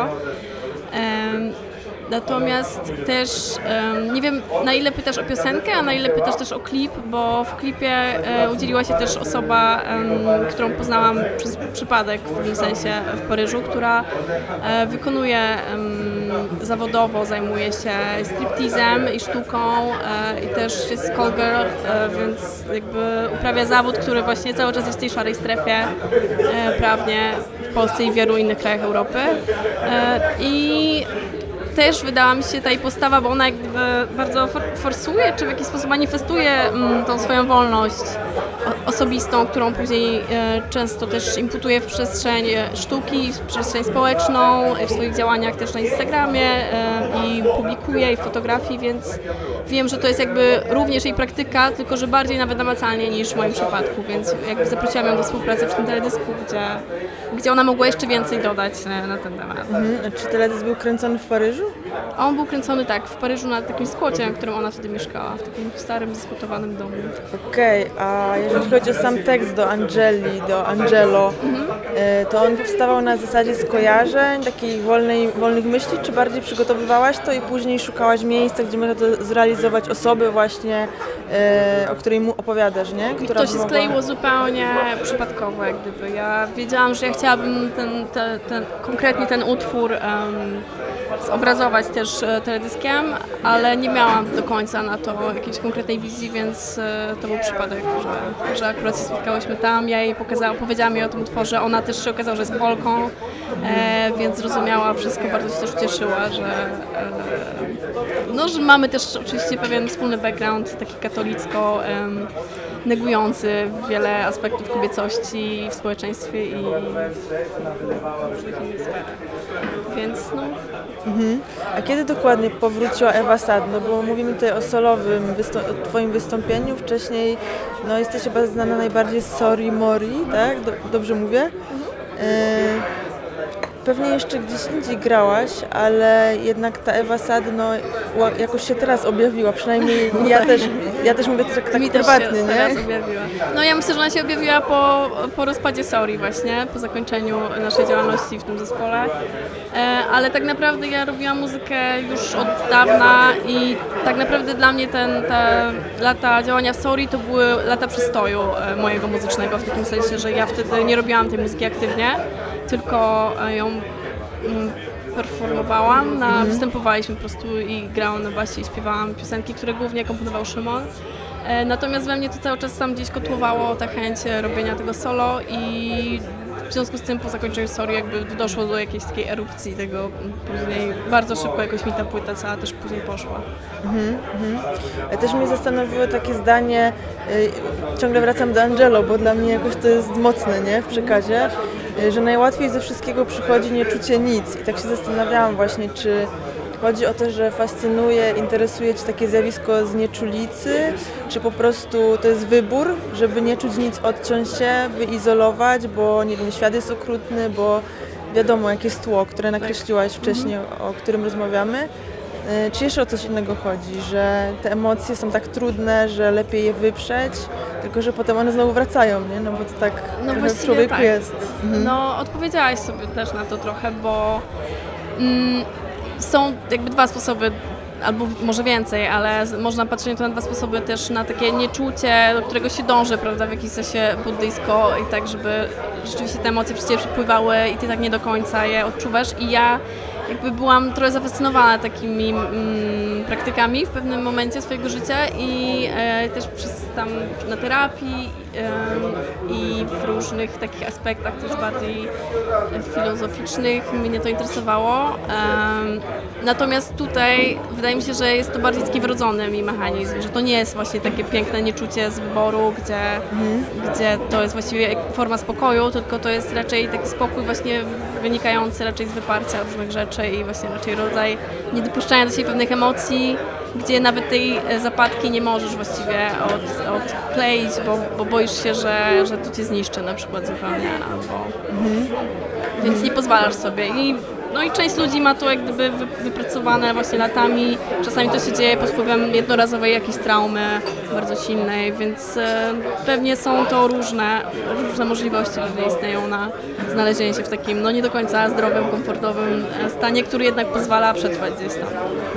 H: Em, Natomiast też um, nie wiem, na ile pytasz o piosenkę, a na ile pytasz też o klip, bo w klipie e, udzieliła się też osoba, em, którą poznałam przez przypadek w pewnym sensie w Paryżu, która e, wykonuje em, zawodowo, zajmuje się striptizem i sztuką e, i też jest call girl, e, więc jakby uprawia zawód, który właśnie cały czas jest w tej szarej strefie e, prawnie w Polsce i w wielu innych krajach Europy. E, I też wydała mi się ta jej postawa, bo ona jakby bardzo for- forsuje, czy w jakiś sposób manifestuje mm, tą swoją wolność o- osobistą, którą później e, często też imputuje w przestrzeń e, sztuki, w przestrzeń społeczną, e, w swoich działaniach też na Instagramie e, i publikuje i fotografii, więc wiem, że to jest jakby również jej praktyka, tylko że bardziej nawet namacalnie niż w moim przypadku, więc jakby zaprosiłam ją do współpracy w tym teledysku, gdzie, gdzie ona mogła jeszcze więcej dodać e, na ten temat.
B: Mhm. A czy teledysk był kręcony w Paryżu?
H: A on był kręcony tak, w Paryżu na takim skłocie, na którym ona wtedy mieszkała, w takim starym, dyskutowanym domu.
B: Okej, a jeżeli chodzi o sam tekst do Angeli, do Angelo, e, to on powstawał na zasadzie skojarzeń, takiej wolnej, wolnych myśli, czy bardziej przygotowywałaś to i później szukałaś miejsca, gdzie można to zrealizować, osoby właśnie, e, o której mu opowiadasz, nie? Która
H: To się
B: by mogła-
H: skleiło zupełnie przypadkowo, jak gdyby. Ja wiedziałam, że ja chciałabym ten, ten, ten, konkretnie ten utwór um, zobrazować też e, teledyskiem, ale nie miałam do końca na to jakiejś konkretnej wizji, więc e, to był przypadek, że, że akurat się spotkałyśmy tam, ja jej pokazałam, powiedziałam jej o tym utworze, ona też się okazała, że jest Polką, e, więc zrozumiała wszystko, bardzo się też ucieszyła, że, e, no, że mamy też oczywiście pewien wspólny background, taki katolicko em, negujący wiele aspektów kobiecości w społeczeństwie i w różnych innych sferach. Więc no,
B: Mhm. A kiedy dokładnie powróciła Ewa Sad? No bo mówimy tutaj o solowym wystą- o twoim wystąpieniu. Wcześniej no, jesteś chyba znana najbardziej z Sorry Mori, tak? Do- dobrze mówię? E, Pewnie jeszcze gdzieś indziej grałaś, ale jednak ta Ewa Sad no, ła- jakoś się teraz objawiła, przynajmniej ja też, ja też mówię tak, tak
H: mi też
B: prywatnie,
H: się
B: nie?
H: teraz objawiła. No ja myślę, że ona się objawiła po, po rozpadzie Sorry właśnie, po zakończeniu naszej działalności w tym zespole. E, ale tak naprawdę ja robiłam muzykę już od dawna i tak naprawdę dla mnie ten, te lata działania w Sorry to były lata przystoju e, mojego muzycznego, w takim sensie, że ja wtedy nie robiłam tej muzyki aktywnie, tylko e, ją mm, performowałam, na, występowaliśmy po prostu i grałam na basie i śpiewałam piosenki, które głównie komponował Szymon. E, Natomiast we mnie to cały czas tam gdzieś kotłowało ta chęć e, robienia tego solo i w związku z tym po zakończeniu Sorry jakby doszło do jakiejś takiej erupcji tego m, później. Bardzo szybko jakoś mi ta płyta cała też później poszła.
B: Mhm, mhm. Też mnie zastanowiło takie zdanie, y, ciągle wracam do Angelo, bo dla mnie jakoś to jest mocne, nie, w przekazie, y, że najłatwiej ze wszystkiego przychodzi nieczucie nic. I tak się zastanawiałam właśnie, czy chodzi o to, że fascynuje, interesuje Cię takie zjawisko znieczulicy, czy po prostu to jest wybór, żeby nie czuć nic, odciąć się, wyizolować, bo nie wiem, świat jest okrutny, bo wiadomo, jakie jest tło, które nakreśliłaś wcześniej, o którym rozmawiamy. Y, Czy jeszcze o coś innego chodzi, że te emocje są tak trudne, że lepiej je wyprzeć, tylko że potem one znowu wracają, nie? No bo to tak
H: No
B: trochę w
H: właściwie
B: człowieku
H: tak.
B: jest. Mhm.
H: No odpowiedziałaś sobie też na to trochę, bo mm, są jakby dwa sposoby albo może więcej, ale z- można patrzeć na to na dwa sposoby, też na takie nieczucie, do którego się dąży, prawda, w jakimś sensie buddyjsko i tak, żeby rzeczywiście te emocje przez ciebie przepływały i ty tak nie do końca je odczuwasz i ja jakby byłam trochę zafascynowana takimi mm, praktykami w pewnym momencie swojego życia i e, też przez tam na terapii e, i w różnych takich aspektach też bardziej filozoficznych mnie to interesowało. E, natomiast tutaj wydaje mi się, że jest to bardziej taki wrodzony mi mechanizm, że to nie jest właśnie takie piękne nieczucie z wyboru, gdzie, gdzie to jest właściwie forma spokoju, tylko to jest raczej taki spokój właśnie wynikający raczej z wyparcia różnych rzeczy i właśnie raczej rodzaj niedopuszczania do siebie pewnych emocji, gdzie nawet tej e, zapadki nie możesz właściwie od, odkleić, bo, bo boisz się, że, że to cię zniszczy na przykład zupełnie, albo... Więc nie pozwalasz sobie. I, no i część ludzi ma to jak gdyby wy, wypracowane właśnie latami. Czasami to się dzieje pod wpływem jednorazowej jakiejś traumy bardzo silnej, więc e, pewnie są to różne, różne możliwości, które istnieją na znalezienie się w takim no nie do końca zdrowym, komfortowym e, stanie, który jednak pozwala przetrwać gdzieś tam.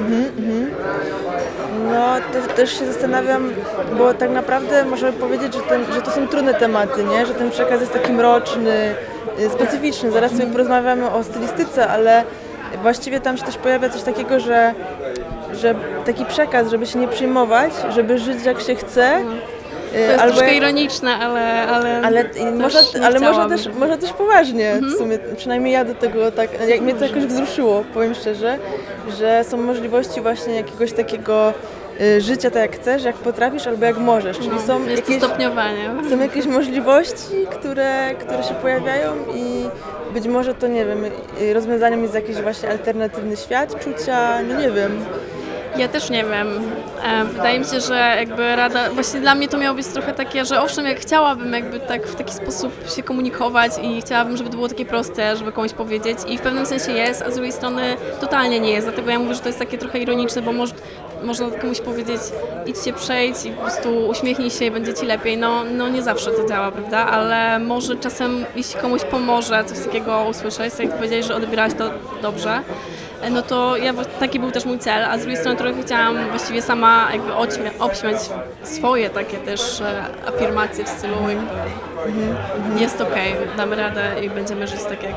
B: No, te, też się zastanawiam, bo tak naprawdę możemy powiedzieć, że, ten, że to są trudne tematy, nie? Że ten przekaz jest taki mroczny, y, specyficzny. Zaraz sobie porozmawiamy o stylistyce, ale właściwie tam się też pojawia coś takiego, że, że taki przekaz, żeby się nie przejmować, żeby żyć jak się chce.
H: To jest troszkę ironiczne, ale... Ale,
B: Ale,
H: też
B: może,
H: nie
B: ale może,
H: chciałabym.
B: też, może też poważnie, w sumie, przynajmniej ja do tego tak, jak mnie to jakoś wzruszyło, powiem szczerze, że są możliwości właśnie jakiegoś takiego y, życia tak jak chcesz, jak potrafisz albo jak możesz, czyli są
H: Jest to
B: jakieś,
H: stopniowanie.
B: są jakieś możliwości, które, które się pojawiają i być może to, nie wiem, y, rozwiązaniem jest jakiś właśnie alternatywny świat czucia, no nie wiem.
H: Ja też nie wiem. E, Wydaje mi się, że jakby rada, właśnie dla mnie to miało być trochę takie, że owszem, jak chciałabym jakby tak w taki sposób się komunikować i chciałabym, żeby to było takie proste, żeby komuś powiedzieć i w pewnym sensie jest, a z drugiej strony totalnie nie jest, dlatego ja mówię, że to jest takie trochę ironiczne, bo moż, można komuś powiedzieć idźcie przejdź i po prostu uśmiechnij się i będzie ci lepiej. No, no nie zawsze to działa, prawda, ale może czasem jeśli komuś pomoże coś takiego usłyszeć, tak jak powiedziałeś, że odebrałaś to dobrze, no to ja, taki był też mój cel, a z drugiej strony trochę chciałam właściwie sama jakby odśmia- obśmiać swoje takie też e, afirmacje w stylu jakby jest okej, damy radę i będziemy żyć tak jak...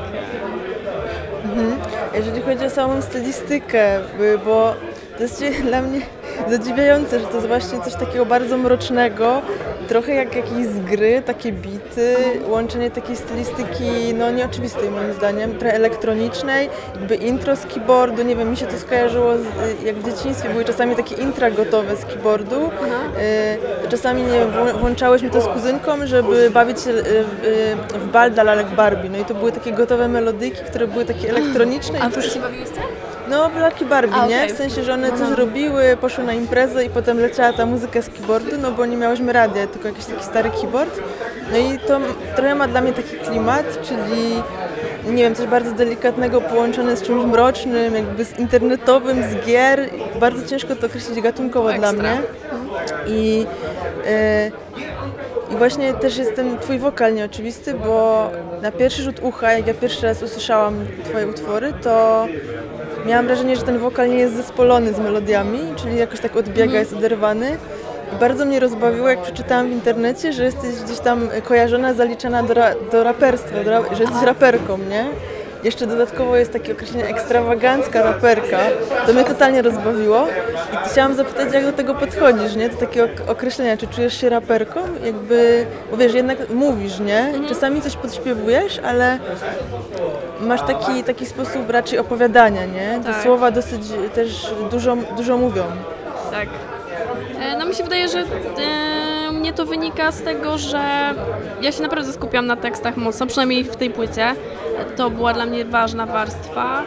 B: Jeżeli chodzi o samą stylistykę, y, bo to jest dla mnie zadziwiające, że to jest właśnie coś takiego bardzo mrocznego, trochę jak jakieś z gry, takie bity, łączenie takiej stylistyki, no nieoczywistej moim zdaniem, trochę elektronicznej, jakby intro z keyboardu, nie wiem, mi się to skojarzyło z, jak w dzieciństwie były czasami takie intra gotowe z keyboardu, y, czasami, nie wiem, włą- włączałyśmy to z kuzynką, żeby bawić się y, y, w bal dla lalek Barbie, no i to były takie gotowe melodyki, które były takie elektroniczne.
H: A
B: i
H: w co się bawiłyście?
B: No, w lalki Barbie,
H: A,
B: nie?
H: okej.
B: W sensie, że one coś robiły, poszły na imprezę i potem leciała ta muzyka z keyboardu, no bo nie miałyśmy radia, tylko jakiś taki stary keyboard. No i to m- trochę ma dla mnie taki klimat, czyli nie wiem, coś bardzo delikatnego połączone z czymś mrocznym, jakby z internetowym, z gier. Bardzo ciężko to określić gatunkowo dla
H: Ekstra.
B: mnie. I, e, I właśnie też jest ten twój wokal nieoczywisty, bo na pierwszy rzut ucha, jak ja pierwszy raz usłyszałam twoje utwory, to miałam wrażenie, że ten wokal nie jest zespolony z melodiami, czyli jakoś tak odbiega, jest oderwany. I bardzo mnie rozbawiło, jak przeczytałam w internecie, że jesteś gdzieś tam kojarzona, zaliczana do, ra- do raperstwa, do ra- że jesteś raperką, nie? Jeszcze dodatkowo jest takie określenie ekstrawagancka raperka. To mnie totalnie rozbawiło i chciałam zapytać, jak do tego podchodzisz, nie? Do takiego ok- określenia, czy czujesz się raperką? Jakby, bo wiesz, jednak mówisz, nie? Czasami coś podśpiewujesz, ale masz taki, taki sposób raczej opowiadania, nie? Te
H: Tak.
B: słowa dosyć też dużo, dużo mówią.
H: Tak. E, No mi się wydaje, że e, mnie to wynika z tego, że ja się naprawdę skupiam na tekstach mocno, przynajmniej w tej płycie. To była dla mnie ważna warstwa.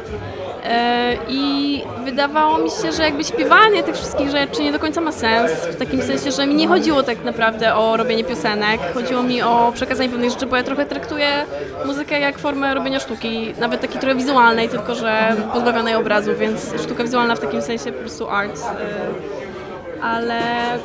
H: E, I wydawało mi się, że jakby śpiewanie tych wszystkich rzeczy nie do końca ma sens, w takim sensie, że mi nie chodziło tak naprawdę o robienie piosenek, chodziło mi o przekazanie pewnych rzeczy, bo ja trochę traktuję muzykę jak formę robienia sztuki, nawet takiej trochę wizualnej, tylko że pozbawionej obrazu, więc sztuka wizualna w takim sensie po prostu art. E, ale...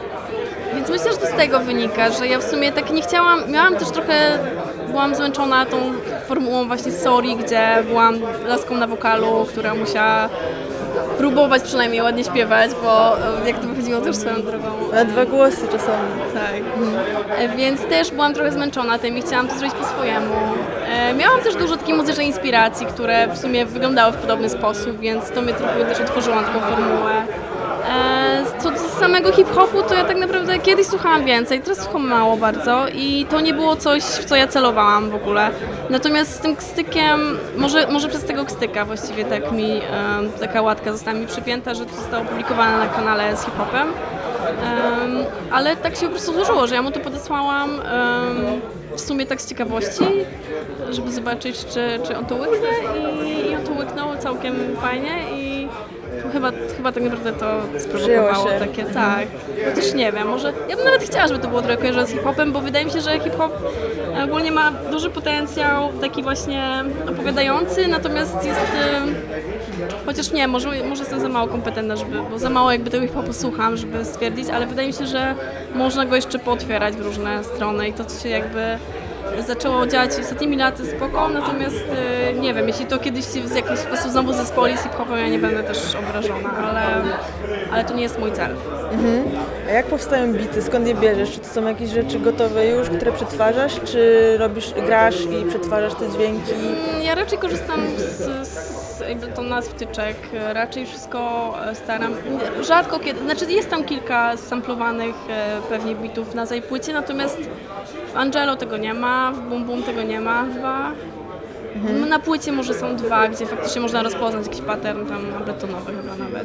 H: Więc myślę, że to z tego wynika, że ja w sumie tak nie chciałam, miałam też trochę, byłam zmęczona tą formułą właśnie Sorry, gdzie byłam laską na wokalu, która musiała próbować przynajmniej ładnie śpiewać, bo e, jak to wychodziło też swoją drogą.
B: Na dwa głosy czasami.
H: Tak. E, Więc też byłam trochę zmęczona tym i chciałam to zrobić po swojemu. E, Miałam też dużo takiej muzycznej inspiracji, które w sumie wyglądały w podobny sposób, więc to mnie trochę też otworzyło na taką formułę. E, Co do samego hip-hopu, to ja tak naprawdę kiedyś słuchałam więcej, teraz słucham mało bardzo i to nie było coś, w co ja celowałam w ogóle. Natomiast z tym kstykiem, może, może przez tego kstyka właściwie tak mi, e, taka łatka została mi przypięta, że to zostało opublikowane na kanale z hip-hopem. Um, ale tak się po prostu złożyło, że ja mu to podesłałam um, w sumie tak z ciekawości, żeby zobaczyć, czy, czy on to łyknie i, i on to łyknął całkiem fajnie i chyba, chyba tak naprawdę to sprowokowało
B: Przyjęło się.
H: takie, tak. Chociaż nie wiem, może ja bym nawet chciała, żeby to było trochę kojarzone z hip-hopem, bo wydaje mi się, że hip-hop ogólnie ma duży potencjał taki właśnie opowiadający, natomiast jest ym, chociaż nie, może, może jestem za mało kompetentna, żeby, bo za mało jakby tego hip-hopu słucham, żeby stwierdzić, ale wydaje mi się, że można go jeszcze pootwierać w różne strony i to co się jakby zaczęło działać ostatnimi laty spoko, natomiast y, nie wiem, jeśli to kiedyś się w jakiś sposób znowu zespoli z hip-hopem, ja nie będę też obrażona, ale, ale to nie jest mój cel.
B: A jak powstają bity? Skąd je bierzesz? Czy to są jakieś rzeczy gotowe już, które przetwarzasz, czy robisz, grasz i przetwarzasz te dźwięki?
H: Ja raczej korzystam z, z jakby to nazw wtyczek, raczej wszystko staram, rzadko kiedy, znaczy jest tam kilka samplowanych e, pewnie bitów na tej płycie, natomiast w Angelo tego nie ma, w Boom Boom tego nie ma chyba. Mhm. Na płycie może są dwa, gdzie faktycznie można rozpoznać jakiś pattern tam abletonowy chyba nawet.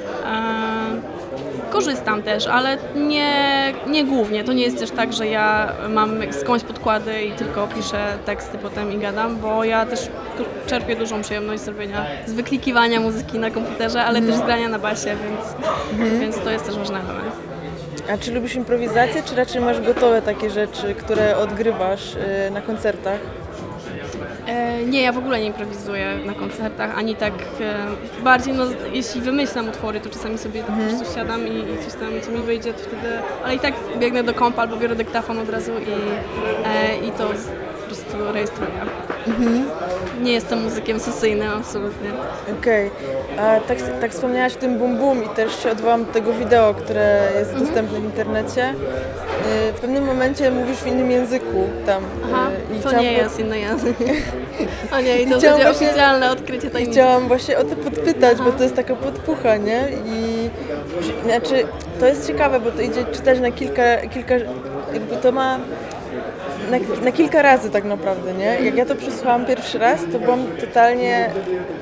H: E, Korzystam też, ale nie, nie głównie. To nie jest też tak, że ja mam skądś podkłady i tylko piszę teksty potem i gadam, bo ja też czerpię dużą przyjemność z robienia, z wyklikiwania muzyki na komputerze, ale też z grania na basie, więc, więc to jest też ważny element.
B: A czy lubisz improwizację, czy raczej masz gotowe takie rzeczy, które odgrywasz y, na koncertach?
H: E, nie, ja w ogóle nie improwizuję na koncertach, ani tak e, bardziej, no, jeśli wymyślam utwory, to czasami sobie po prostu siadam i, i coś tam, co mi wyjdzie, to wtedy, ale i tak biegnę do kompa albo biorę dyktafon od razu i, e, i to z, po prostu rejestruję. Nie jestem muzykiem sesyjnym, absolutnie.
B: Okej. A tak, tak wspomniałaś o tym Boom Boom i też się odwołam do tego wideo, które jest dostępne w internecie. Y, W pewnym momencie mówisz w innym języku tam.
H: Aha,
B: y, i
H: to
B: chciałam
H: nie
B: po-
H: jest inny język. O nie, i to
B: Chciałam
H: będzie
B: właśnie-
H: oficjalne odkrycie
B: I
H: tajemnicy.
B: chciałam właśnie o to podpytać, bo to jest taka podpucha, nie? I znaczy, to jest ciekawe, bo to idzie czytać na kilka, kilka jakby to ma na, na kilka razy tak naprawdę, nie? Jak ja to przesłałam pierwszy raz, to byłam totalnie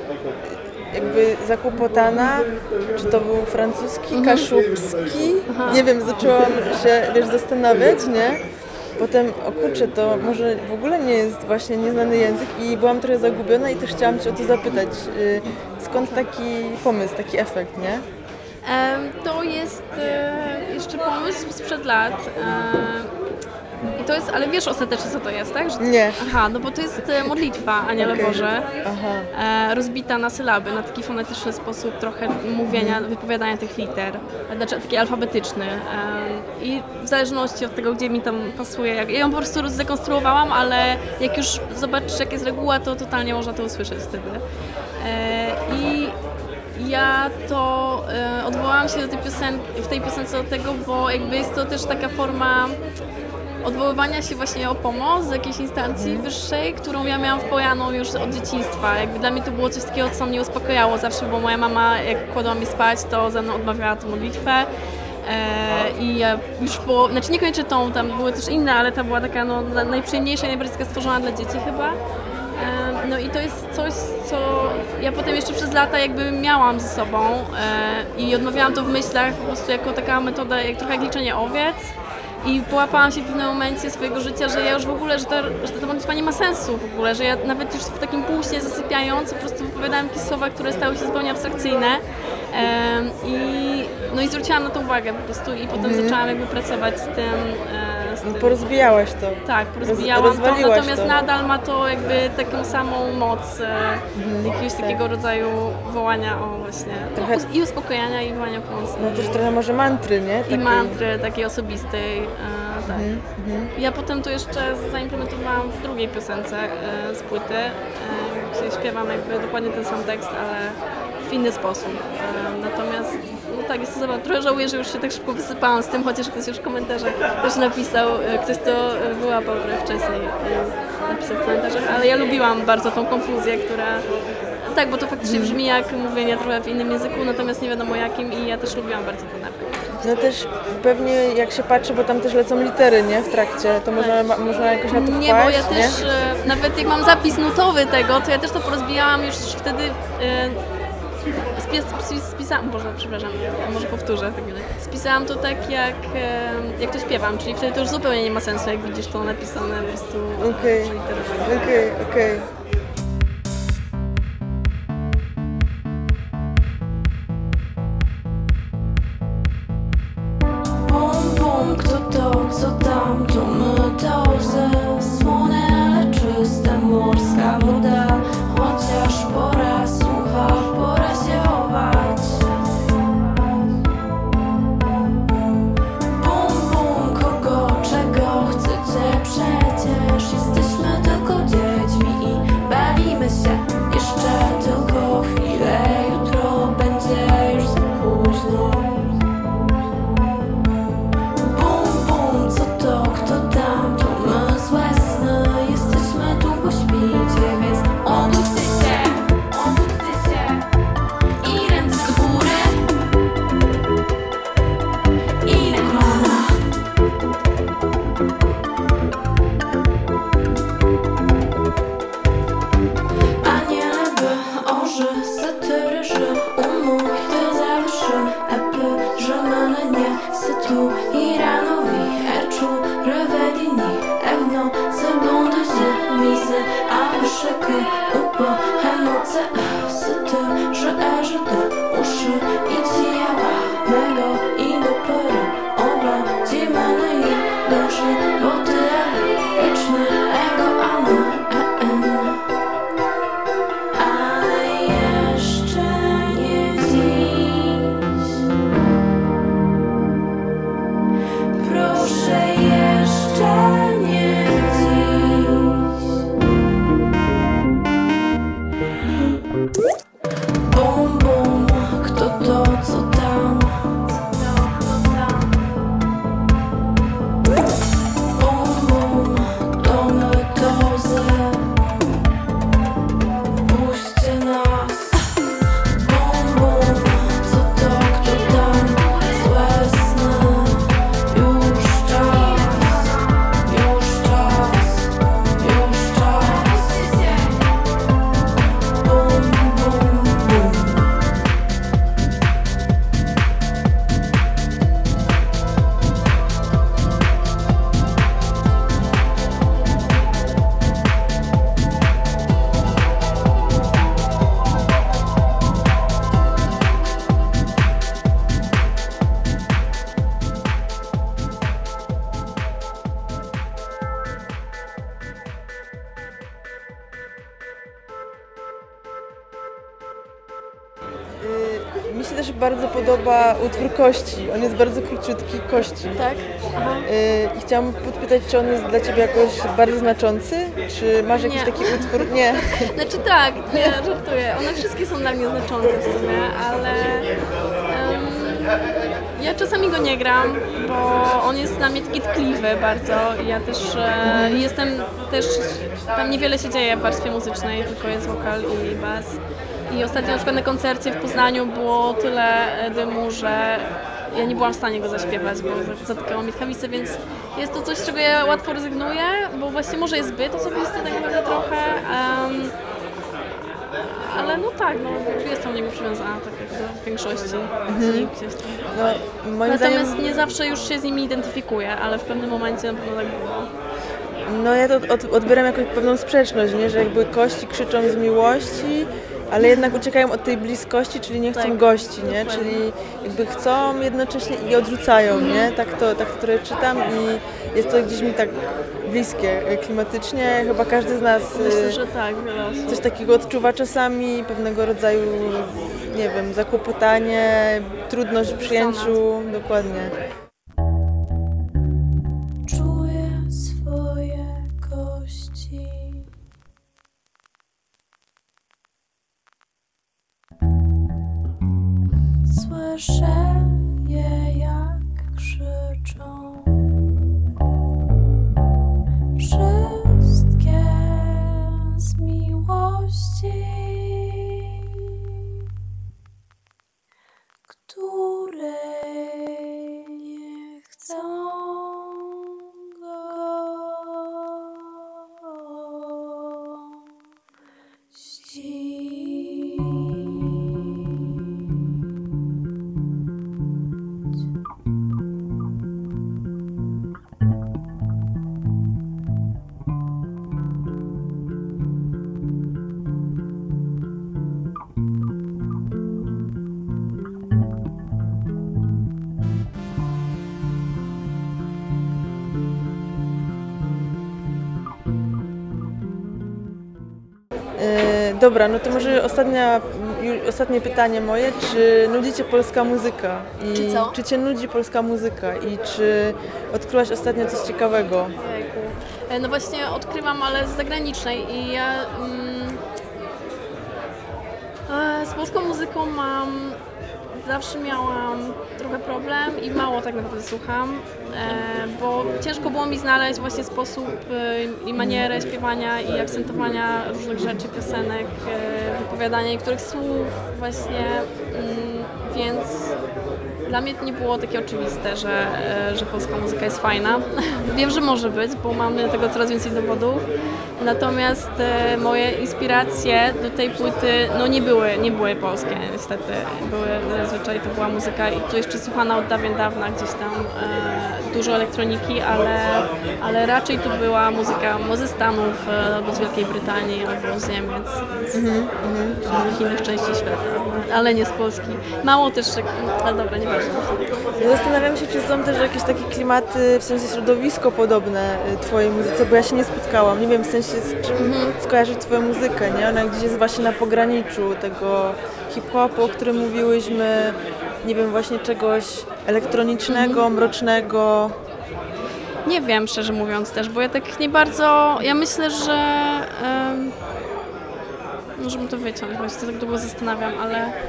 B: jakby zakłopotana, czy to był francuski, kaszubski, nie wiem, zaczęłam się, wiesz, zastanawiać, nie? Potem, o kurczę, to może w ogóle nie jest właśnie nieznany język i byłam trochę zagubiona i też chciałam Cię o to zapytać, y, skąd taki pomysł, taki efekt, nie?
H: Em, To jest e, jeszcze pomysł sprzed lat. E, I to jest, ale wiesz ostatecznie co to jest, tak? Że,
B: Nie.
H: Aha, no bo to jest e, modlitwa Aniele
B: Okej.
H: Boże,
B: Aha.
H: e, rozbita na sylaby, na taki fonetyczny sposób trochę mówienia, wypowiadania tych liter, znaczy taki alfabetyczny. E, I w zależności od tego, gdzie mi tam pasuje, jak, ja ją po prostu zdekonstruowałam, ale jak już zobaczysz jak jest reguła, to totalnie można to usłyszeć wtedy. E, I ja to e, odwołałam się do tej piosenki, w tej piosence do tego, bo jakby jest to też taka forma odwoływania się właśnie o pomoc z jakiejś instancji wyższej, którą ja miałam wpojaną już od dzieciństwa. Jakby dla mnie to było coś takiego, co mnie uspokajało zawsze, bo moja mama jak kładła mnie spać, to ze mną odmawiała tę modlitwę. E, I ja już po, znaczy nie kończę tą, tam były też inne, ale ta była taka no, na- najprzyjemniejsza i najbardziej taka stworzona dla dzieci chyba. E, No i to jest coś, co ja potem jeszcze przez lata jakby miałam ze sobą e, i odmawiałam to w myślach po prostu jako taka metoda, jak trochę jak liczenie owiec. I połapałam się w pewnym momencie swojego życia, że ja już w ogóle, że ta, że ta modlitwa nie ma sensu w ogóle, że ja nawet już w takim półśnie zasypiając po prostu wypowiadałam jakieś słowa, które stały się zupełnie abstrakcyjne. Em, I, no i zwróciłam na to uwagę po prostu i potem zaczęłam jakby pracować z tym. e, Z tym.
B: Porozbijałaś to.
H: Tak, porozbijałam to,
B: rozwaliłaś
H: natomiast
B: to.
H: nadal ma to jakby taką samą moc e, jakiegoś takiego rodzaju wołania o właśnie
B: Trochę-
H: us- i uspokojenia i wołania o pomocy.
B: No też trochę może mantry, nie?
H: I
B: Takiej-
H: mantry takiej osobistej. E, tak. Ja potem to jeszcze zaimplementowałam w drugiej piosence e, z płyty, e, gdzie śpiewam jakby dokładnie ten sam tekst, ale w inny sposób. E, natomiast no tak, jest to zabawne. Trochę żałuję, że już się tak szybko wysypałam z tym, chociaż ktoś już w komentarzach też napisał, e, ktoś to e, wyłapał trochę wcześniej, e, napisał w komentarzach, ale ja lubiłam bardzo tą konfuzję, która tak, bo to faktycznie brzmi jak mówienie trochę w innym języku, natomiast nie wiadomo jakim i ja też lubiłam bardzo ten efekt.
B: No też pewnie jak się patrzy, bo tam też lecą litery, nie? W trakcie, to można, ma, można jakoś na to wpaść,
H: Nie, bo ja
B: nie?
H: też, e, nawet jak mam zapis nutowy tego, to ja też to porozbijałam już wtedy, e, spis, spis, spisałam, Boże, przepraszam, może powtórzę. Tak spisałam to tak jak, e, jak to śpiewam, czyli wtedy to już zupełnie nie ma sensu, jak widzisz to napisane po prostu
B: Okej,
H: przeliterowane.
B: okej, okej.
G: Bum, bum, kto to, co tam, to my to ze słone, ale czysta morska woda. Chociaż pora sucha, pora się chować. Bum, bum, kogo, czego chcecie? Przecież jesteśmy tylko dziećmi i bawimy się jeszcze tylko chwilę. Jutro będzie już za późno. Bum, bum, co to, kto tam, to my złe sny. Jesteśmy tu, bo śpicie, więc obudźcie się, obudźcie się. I ręce do góry, i na kolana. Aniele by oży, satyryży, umój, ty zawyszy, epy, że мене nie sytu i ranowi, eczu, revedini, evno, seconde, mise, a wyszyky, upo, emoce, syty, że eżyty, uszy i ciała, mego i do pory, owa, ci мене je, do żywoty, wieczny, ego, any, en. Ale jeszcze nie dziś. Proszę jeszcze nie dziś. Bum, bum, kto to, co tam? Bum, bum, to my to ze. Wpuśćcie nas. Bum, bum, co to, kto tam? Złe sny. Już czas, już czas, już czas. Bum, bum, bum.
B: Y, Mi się też bardzo podoba utwór Kości. On jest bardzo króciutki, Kości.
H: Tak? Aha.
B: Y, I chciałam podpytać, czy on jest dla Ciebie jakoś bardzo znaczący? Czy masz jakiś
H: Nie.
B: taki utwór? Nie.
H: Znaczy tak, nie, żartuję. One wszystkie są dla mnie znaczące w sumie, ale em, ja czasami go nie gram, bo on jest dla mnie taki tkliwy bardzo. Ja też e, jestem też, tam niewiele się dzieje w warstwie muzycznej, tylko jest wokal i bas. I ostatnio na przykład na koncercie w Poznaniu było tyle dymu, że ja nie byłam w stanie go zaśpiewać, bo zatykało mi tchawicę, więc jest to coś, z czego ja łatwo rezygnuję, bo właśnie może jest zbyt osobisty tak naprawdę trochę, um, ale no tak, no jestem do niego przywiązana tak jak do większości z nich gdzieś tam.
B: No, moim
H: Natomiast
B: zdaniem,
H: nie zawsze już się z nimi identyfikuję, ale w pewnym momencie na pewno tak było.
B: no ja to od, odbieram jako pewną sprzeczność, nie? Że jakby kości krzyczą z miłości, ale jednak uciekają od tej bliskości, czyli nie chcą
H: Tak,
B: gości, nie?
H: dokładnie.
B: Czyli jakby chcą jednocześnie i odrzucają, nie? Tak to, tak to trochę czytam i jest to gdzieś mi tak bliskie klimatycznie. Chyba każdy z nas
H: Myślę,
B: y,
H: że tak, wiele osób.
B: coś takiego odczuwa czasami, pewnego rodzaju, nie wiem, zakłopotanie, trudność w przyjęciu, dokładnie.
G: Czuję swoje kości. szeje jak krzyczą. Wszystkie z miłości, której nie chcą
B: E, dobra, no to może ostatnia, ju- ostatnie pytanie moje. Czy nudzi Cię polska muzyka? I
H: Czy co?
B: Czy Cię nudzi polska muzyka? I czy odkryłaś ostatnio coś ciekawego?
H: Ojejku. E, No właśnie odkrywam, ale z zagranicznej i ja mm, e, z polską muzyką mam, zawsze miałam trochę problem i mało tak naprawdę słucham, e, bo ciężko było mi znaleźć właśnie sposób e, i manierę śpiewania i akcentowania różnych rzeczy, piosenek, e, wypowiadania niektórych słów właśnie, mm, więc dla mnie to nie było takie oczywiste, że, e, że polska muzyka jest fajna. Wiem, że może być, bo mamy do tego coraz więcej dowodów. Natomiast e, moje inspiracje do tej płyty no nie były, nie były polskie niestety. Były zazwyczaj to była muzyka i to jeszcze słuchana od dawien dawna, gdzieś tam e, dużo elektroniki, ale, ale raczej to była muzyka ze Stanów, e, albo z Wielkiej Brytanii, albo z Niemiec, z różnych innych części świata, ale nie z Polski. Mało też, ale dobra, nieważne.
B: Ja zastanawiam się, czy są też jakieś takie klimaty, w sensie środowisko podobne y, Twojej muzyce, bo ja się nie spotkałam. Nie wiem w sensie z czym skojarzyć Twoją muzykę, nie? Ona gdzieś jest właśnie na pograniczu tego hip-hopu, o którym mówiłyśmy, nie wiem, właśnie czegoś elektronicznego, mrocznego.
H: Nie wiem, szczerze mówiąc też, bo ja tak nie bardzo, ja myślę, że em, możemy to wyciąć, bo się tak długo zastanawiam, ale em,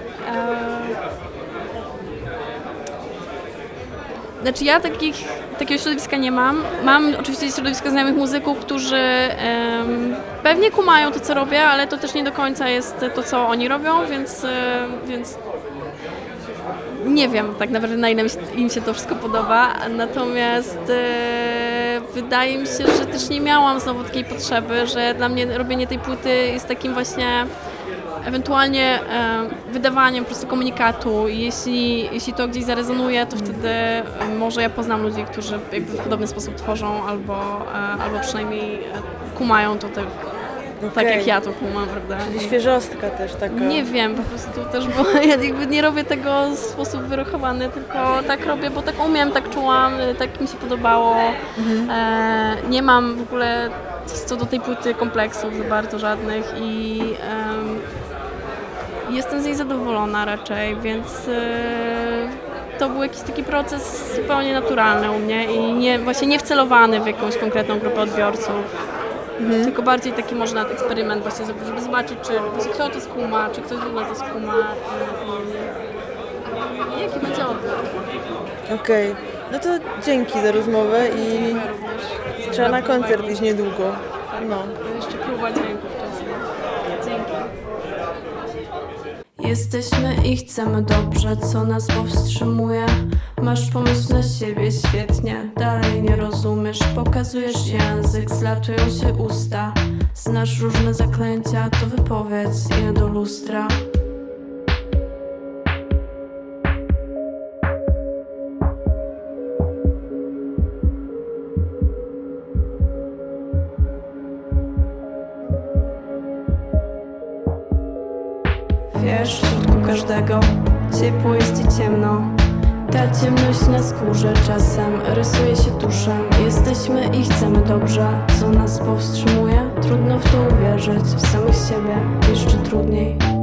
H: znaczy ja takich, takiego środowiska nie mam. Mam oczywiście środowisko znajomych muzyków, którzy em, pewnie kumają to, co robię, ale to też nie do końca jest to, co oni robią, więc, e, więc nie wiem tak naprawdę, na ile im się to wszystko podoba, natomiast e, wydaje mi się, że też nie miałam znowu takiej potrzeby, że dla mnie robienie tej płyty jest takim właśnie ewentualnie e, wydawaniem po prostu komunikatu i jeśli, jeśli to gdzieś zarezonuje, to wtedy e, może ja poznam ludzi, którzy jakby w podobny sposób tworzą albo, e, albo przynajmniej e, kumają to tak, tak
B: Okej.
H: jak ja to kumam, prawda?
B: Świeżostka też taka.
H: Nie wiem, po prostu też, bo ja jakby nie robię tego w sposób wyruchowany, tylko tak robię, bo tak umiem, tak czułam, tak mi się podobało. E, nie mam w ogóle co do tej płyty kompleksów za bardzo żadnych i em, jestem z niej zadowolona raczej, więc e, to był jakiś taki proces zupełnie naturalny u mnie i nie, właśnie nie wcelowany w jakąś konkretną grupę odbiorców. Tylko bardziej taki może nawet eksperyment właśnie zrobić, żeby zobaczyć, czy właśnie kto to skuma, czy ktoś w ogóle to skuma i, i jaki będzie odbiór.
B: Okej, no to dzięki za rozmowę i trzeba na koncert iść niedługo. No.
H: Jeszcze próba dźwięków czasem. Dzięki.
G: Jesteśmy i chcemy dobrze, co nas powstrzymuje? Masz pomysł na siebie, świetnie, dalej nie rozumiesz. Pokazujesz język, zlatują się usta. Znasz różne zaklęcia, to wypowiedz je do lustra. Wiesz, w środku każdego ciepło jest i ciemno. Ta ciemność na skórze czasem rysuje się tuszem. Jesteśmy i chcemy dobrze, co nas powstrzymuje? Trudno w to uwierzyć, w samych siebie jeszcze trudniej.